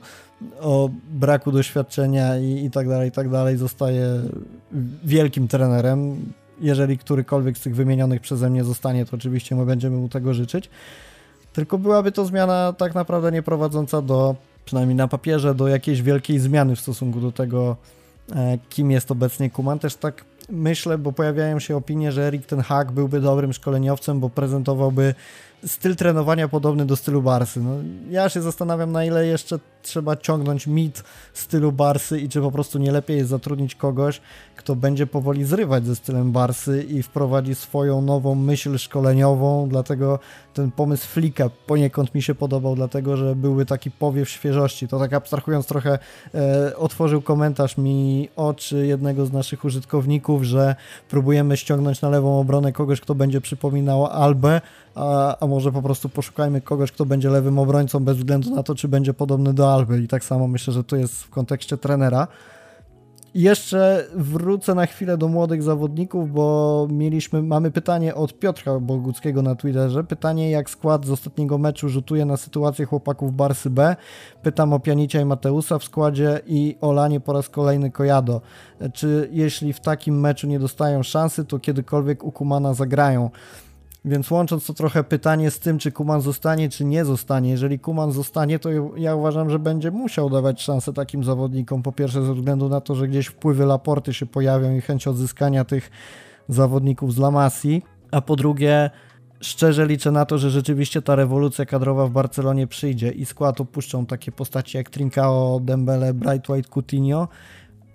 o braku doświadczenia i tak dalej zostaje wielkim trenerem. Jeżeli którykolwiek z tych wymienionych przeze mnie zostanie, to oczywiście my będziemy mu tego życzyć. Tylko byłaby to zmiana tak naprawdę nie prowadząca przynajmniej na papierze, do jakiejś wielkiej zmiany w stosunku do tego, kim jest obecnie Koeman. Też tak myślę, bo pojawiają się opinie, że Erik ten Hag byłby dobrym szkoleniowcem, bo prezentowałby styl trenowania podobny do stylu Barsy. No, ja się zastanawiam, na ile jeszcze trzeba ciągnąć mit stylu Barsy i czy po prostu nie lepiej jest zatrudnić kogoś, kto będzie powoli zrywać ze stylem Barsy i wprowadzi swoją nową myśl szkoleniową, dlatego ten pomysł Flicka poniekąd mi się podobał, dlatego że byłby taki powiew świeżości. To tak abstrahując trochę, otworzył komentarz mi oczy jednego z naszych użytkowników, że próbujemy ściągnąć na lewą obronę kogoś, kto będzie przypominał Albę, a może po prostu poszukajmy kogoś, kto będzie lewym obrońcą bez względu na to, czy będzie podobny do Alby i tak samo myślę, że to jest w kontekście trenera. I jeszcze wrócę na chwilę do młodych zawodników, bo mamy pytanie od Piotra Boguckiego na Twitterze. Pytanie, jak skład z ostatniego meczu rzutuje na sytuację chłopaków Barsy B. Pytam o Pjanicia i Mateusa w składzie i o lanie po raz kolejny Collado. Czy jeśli w takim meczu nie dostają szansy, to kiedykolwiek u Koemana zagrają? Więc łącząc to trochę pytanie z tym, czy Koeman zostanie, czy nie zostanie. Jeżeli Koeman zostanie, to ja uważam, że będzie musiał dawać szansę takim zawodnikom. Po pierwsze ze względu na to, że gdzieś wpływy Laporty się pojawią i chęć odzyskania tych zawodników z La Masii. A po drugie, szczerze liczę na to, że rzeczywiście ta rewolucja kadrowa w Barcelonie przyjdzie i skład opuszczą takie postaci jak Trincao, Dembele, Bright White, Coutinho,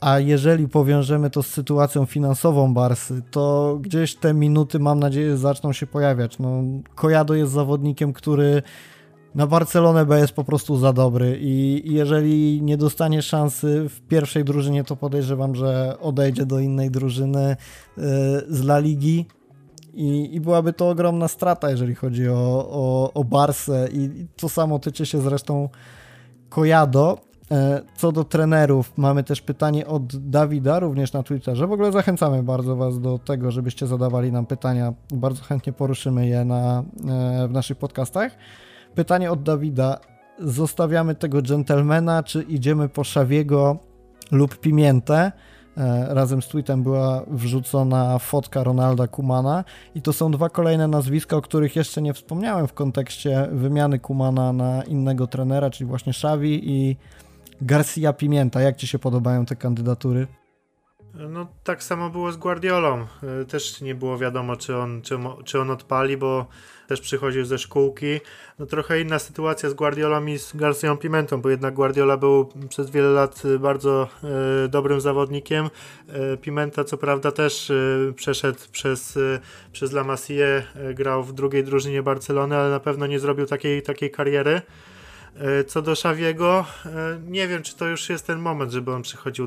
a jeżeli powiążemy to z sytuacją finansową Barsy, to gdzieś te minuty, mam nadzieję, zaczną się pojawiać. No, Collado jest zawodnikiem, który na Barcelonę B jest po prostu za dobry i jeżeli nie dostanie szansy w pierwszej drużynie, to podejrzewam, że odejdzie do innej drużyny z La Ligi i byłaby to ogromna strata, jeżeli chodzi o Barsę i to samo tyczy się zresztą Collado. Co do trenerów, mamy też pytanie od Dawida, również na Twitterze. W ogóle zachęcamy bardzo Was do tego, żebyście zadawali nam pytania. Bardzo chętnie poruszymy je w naszych podcastach. Pytanie od Dawida. Zostawiamy tego dżentelmena, czy idziemy po Xaviego lub Pimientę? Razem z tweetem była wrzucona fotka Ronalda Koemana i to są dwa kolejne nazwiska, o których jeszcze nie wspomniałem w kontekście wymiany Koemana na innego trenera, czyli właśnie Xavi i Garcia Pimienta. Jak Ci się podobają te kandydatury? No tak samo było z Guardiolą. Też nie było wiadomo, czy on odpali, bo też przychodził ze szkółki. No trochę inna sytuacja z Guardiolą i z Garcią Pimentą, bo jednak Guardiola był przez wiele lat bardzo dobrym zawodnikiem. Pimenta co prawda też przeszedł przez La Masję, grał w drugiej drużynie Barcelony, ale na pewno nie zrobił takiej kariery. Co do Xaviego, nie wiem, czy to już jest ten moment, żeby on przychodził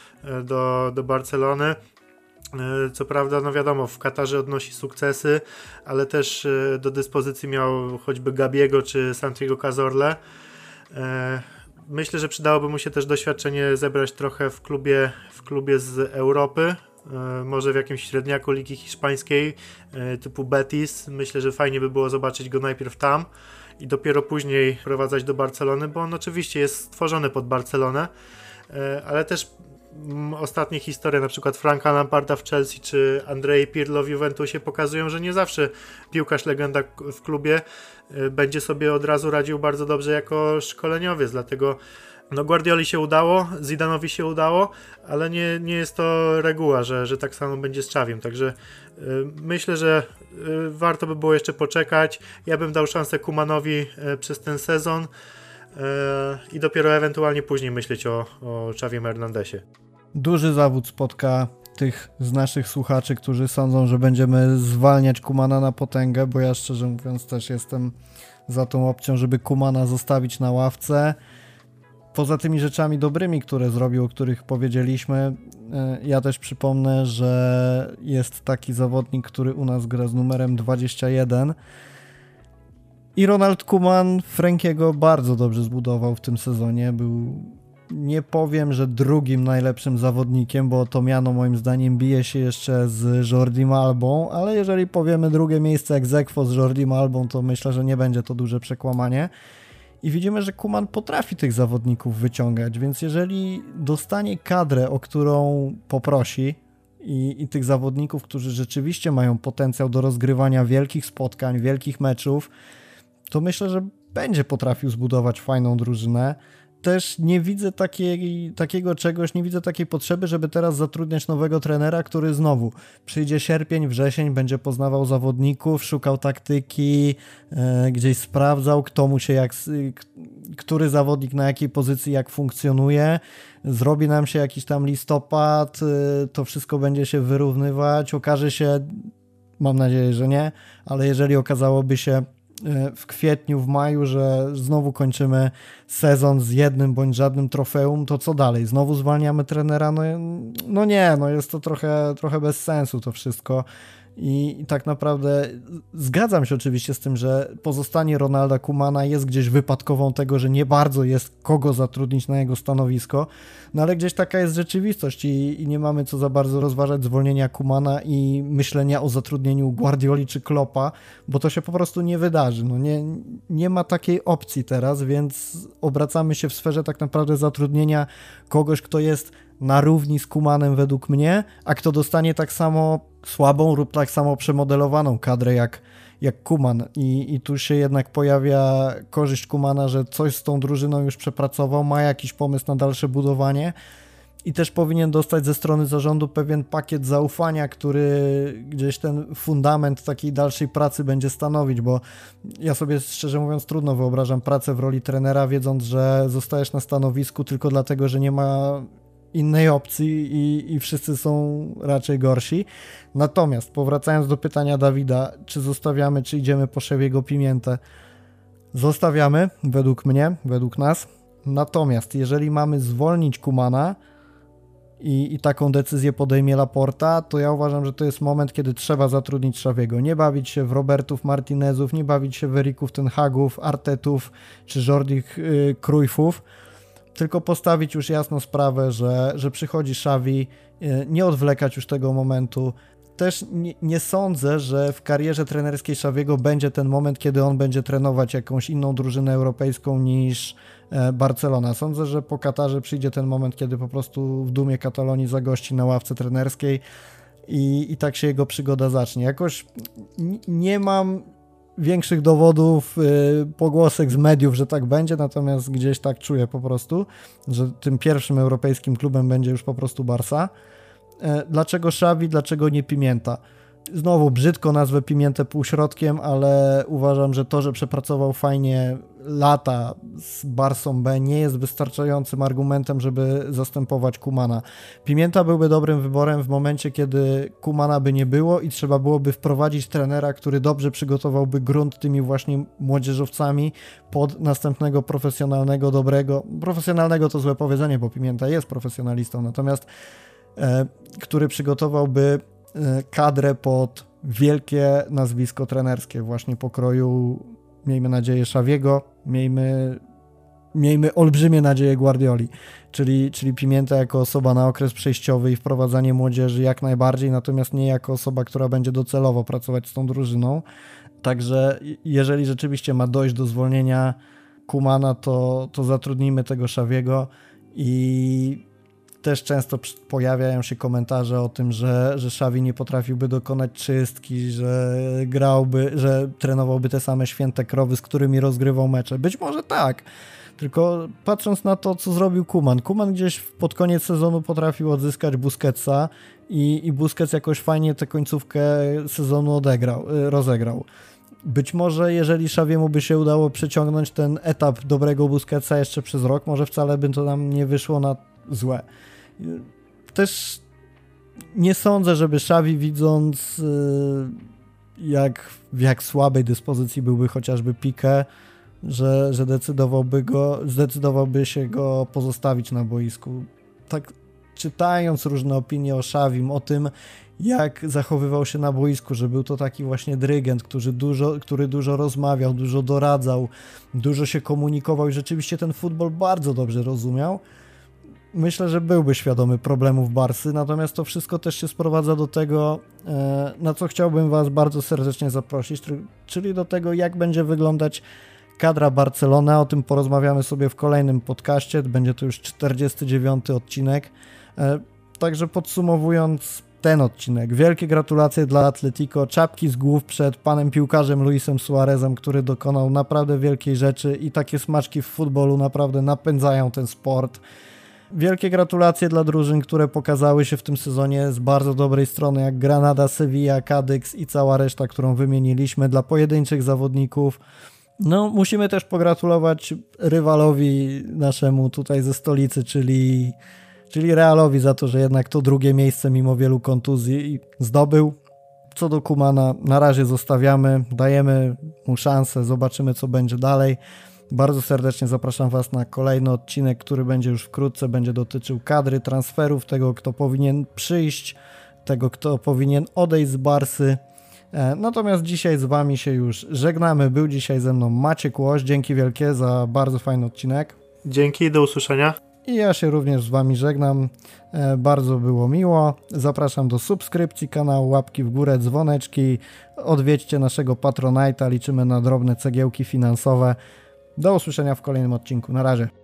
do Barcelony. Co prawda, no wiadomo, w Katarze odnosi sukcesy, ale też do dyspozycji miał choćby Gabiego czy Santiago Cazorla. Myślę, że przydałoby mu się też doświadczenie zebrać trochę w klubie z Europy, może w jakimś średniaku Ligi Hiszpańskiej typu Betis. Myślę, że fajnie by było zobaczyć go najpierw tam i dopiero później prowadzać do Barcelony, bo on oczywiście jest stworzony pod Barcelonę, ale też ostatnie historie, na przykład Franka Lamparda w Chelsea czy Andrei Pirlo w Juventusie pokazują, że nie zawsze piłkarz legenda w klubie będzie sobie od razu radził bardzo dobrze jako szkoleniowiec, dlatego no Guardioli się udało, Zidanowi się udało, ale nie jest to reguła, że tak samo będzie z Xaviem, także myślę, że warto by było jeszcze poczekać. Ja bym dał szansę Koemanowi przez ten sezon i dopiero ewentualnie później myśleć o Xaviem Hernandezie. Duży zawód spotka tych z naszych słuchaczy, którzy sądzą, że będziemy zwalniać Koemana na potęgę, bo ja szczerze mówiąc też jestem za tą opcją, żeby Koemana zostawić na ławce. Poza tymi rzeczami dobrymi, które zrobił, o których powiedzieliśmy, ja też przypomnę, że jest taki zawodnik, który u nas gra z numerem 21 i Ronald Koeman Frankiego bardzo dobrze zbudował w tym sezonie. Był, nie powiem, że drugim najlepszym zawodnikiem, bo to miano moim zdaniem bije się jeszcze z Jordim Albą, ale jeżeli powiemy drugie miejsce ex aequo z Jordim Albą, to myślę, że nie będzie to duże przekłamanie. I widzimy, że Koeman potrafi tych zawodników wyciągać, więc jeżeli dostanie kadrę, o którą poprosi i tych zawodników, którzy rzeczywiście mają potencjał do rozgrywania wielkich spotkań, wielkich meczów, to myślę, że będzie potrafił zbudować fajną drużynę. Też nie widzę takiego czegoś, nie widzę takiej potrzeby, żeby teraz zatrudniać nowego trenera, który znowu przyjdzie sierpień, wrzesień, będzie poznawał zawodników, szukał taktyki, gdzieś sprawdzał, który zawodnik na jakiej pozycji jak funkcjonuje, zrobi nam się jakiś tam listopad, to wszystko będzie się wyrównywać, okaże się, mam nadzieję, że nie, ale jeżeli okazałoby się w kwietniu, w maju, że znowu kończymy sezon z jednym bądź żadnym trofeum, to co dalej? Znowu zwalniamy trenera? No nie, jest to trochę bez sensu to wszystko i tak naprawdę zgadzam się oczywiście z tym, że pozostanie Ronalda Koemana jest gdzieś wypadkową tego, że nie bardzo jest kogo zatrudnić na jego stanowisko, no ale gdzieś taka jest rzeczywistość i nie mamy co za bardzo rozważać zwolnienia Koemana i myślenia o zatrudnieniu Guardioli czy Kloppa, bo to się po prostu nie wydarzy. Nie ma takiej opcji teraz, więc obracamy się w sferze tak naprawdę zatrudnienia kogoś, kto jest na równi z Koemanem według mnie, a kto dostanie tak samo słabą lub tak samo przemodelowaną kadrę jak Koeman i tu się jednak pojawia korzyść Koemana, że coś z tą drużyną już przepracował, ma jakiś pomysł na dalsze budowanie i też powinien dostać ze strony zarządu pewien pakiet zaufania, który gdzieś ten fundament takiej dalszej pracy będzie stanowić, bo ja sobie szczerze mówiąc trudno wyobrażam pracę w roli trenera, wiedząc, że zostajesz na stanowisku tylko dlatego, że nie ma innej opcji i wszyscy są raczej gorsi. Natomiast powracając do pytania Dawida, czy zostawiamy, czy idziemy po Szewiego Pimientę, zostawiamy, według mnie, według nas. Natomiast jeżeli mamy zwolnić Kumana i taką decyzję podejmie Laporta, to ja uważam, że to jest moment, kiedy trzeba zatrudnić Szewiego. Nie bawić się w Robertów, Martinezów, nie bawić się w Erików, Ten Hagów, Artetów czy Jordich Cruyffów, tylko postawić już jasno sprawę, że przychodzi Xavi, nie odwlekać już tego momentu. Też nie sądzę, że w karierze trenerskiej Xaviego będzie ten moment, kiedy on będzie trenować jakąś inną drużynę europejską niż Barcelona. Sądzę, że po Katarze przyjdzie ten moment, kiedy po prostu w dumie Katalonii zagości na ławce trenerskiej i tak się jego przygoda zacznie. Jakoś nie mam większych dowodów, pogłosek z mediów, że tak będzie, natomiast gdzieś tak czuję po prostu, że tym pierwszym europejskim klubem będzie już po prostu Barca. Dlaczego Xavi, dlaczego nie Pimienta? Znowu brzydko nazwę Pimientę półśrodkiem, ale uważam, że to, że przepracował fajnie lata z Barcą B, nie jest wystarczającym argumentem, żeby zastępować Kumana. Pimienta byłby dobrym wyborem w momencie, kiedy Kumana by nie było i trzeba byłoby wprowadzić trenera, który dobrze przygotowałby grunt tymi właśnie młodzieżowcami pod następnego profesjonalnego, dobrego, profesjonalnego to złe powiedzenie, bo Pimienta jest profesjonalistą, natomiast który przygotowałby kadrę pod wielkie nazwisko trenerskie, właśnie pokroju, miejmy nadzieję, Xaviego, miejmy olbrzymie nadzieje Guardioli, czyli Pimienta jako osoba na okres przejściowy i wprowadzanie młodzieży jak najbardziej, natomiast nie jako osoba, która będzie docelowo pracować z tą drużyną. Także jeżeli rzeczywiście ma dojść do zwolnienia Kumana, to zatrudnijmy tego Xaviego i też często pojawiają się komentarze o tym, że Xavi nie potrafiłby dokonać czystki, że trenowałby te same święte krowy, z którymi rozgrywał mecze. Być może tak, tylko patrząc na to, co zrobił Koeman gdzieś pod koniec sezonu potrafił odzyskać Busquetsa i Busquets jakoś fajnie tę końcówkę sezonu rozegrał. Być może jeżeli Xaviemu by się udało przeciągnąć ten etap dobrego Busquetsa jeszcze przez rok, może wcale by to nam nie wyszło na złe. Też nie sądzę, żeby Xavi, widząc w jak słabej dyspozycji byłby chociażby Piqué, że zdecydowałby się go pozostawić na boisku. Tak czytając różne opinie o Xavim, o tym, jak zachowywał się na boisku, że był to taki właśnie dyrygent, który dużo rozmawiał, dużo doradzał, dużo się komunikował i rzeczywiście ten futbol bardzo dobrze rozumiał. Myślę, że byłby świadomy problemów Barsy, natomiast to wszystko też się sprowadza do tego, na co chciałbym Was bardzo serdecznie zaprosić, czyli do tego, jak będzie wyglądać kadra Barcelony. O tym porozmawiamy sobie w kolejnym podcaście, będzie to już 49. odcinek. Także podsumowując ten odcinek, wielkie gratulacje dla Atletico, czapki z głów przed panem piłkarzem Luisem Suarezem, który dokonał naprawdę wielkiej rzeczy i takie smaczki w futbolu naprawdę napędzają ten sport. Wielkie gratulacje dla drużyn, które pokazały się w tym sezonie z bardzo dobrej strony, jak Granada, Sevilla, Cadix i cała reszta, którą wymieniliśmy, dla pojedynczych zawodników. No, musimy też pogratulować rywalowi naszemu tutaj ze stolicy, czyli Realowi, za to, że jednak to drugie miejsce mimo wielu kontuzji zdobył. Co do Koemana, na razie zostawiamy, dajemy mu szansę, zobaczymy, co będzie dalej. Bardzo serdecznie zapraszam Was na kolejny odcinek, który będzie już wkrótce, będzie dotyczył kadry, transferów, tego, kto powinien przyjść, tego, kto powinien odejść z Barsy. Natomiast dzisiaj z Wami się już żegnamy. Był dzisiaj ze mną Maciek Łoś. Dzięki wielkie za bardzo fajny odcinek. Dzięki, do usłyszenia. I ja się również z Wami żegnam. Bardzo było miło. Zapraszam do subskrypcji kanału, łapki w górę, dzwoneczki. Odwiedźcie naszego Patronite'a. Liczymy na drobne cegiełki finansowe. Do usłyszenia w kolejnym odcinku. Na razie.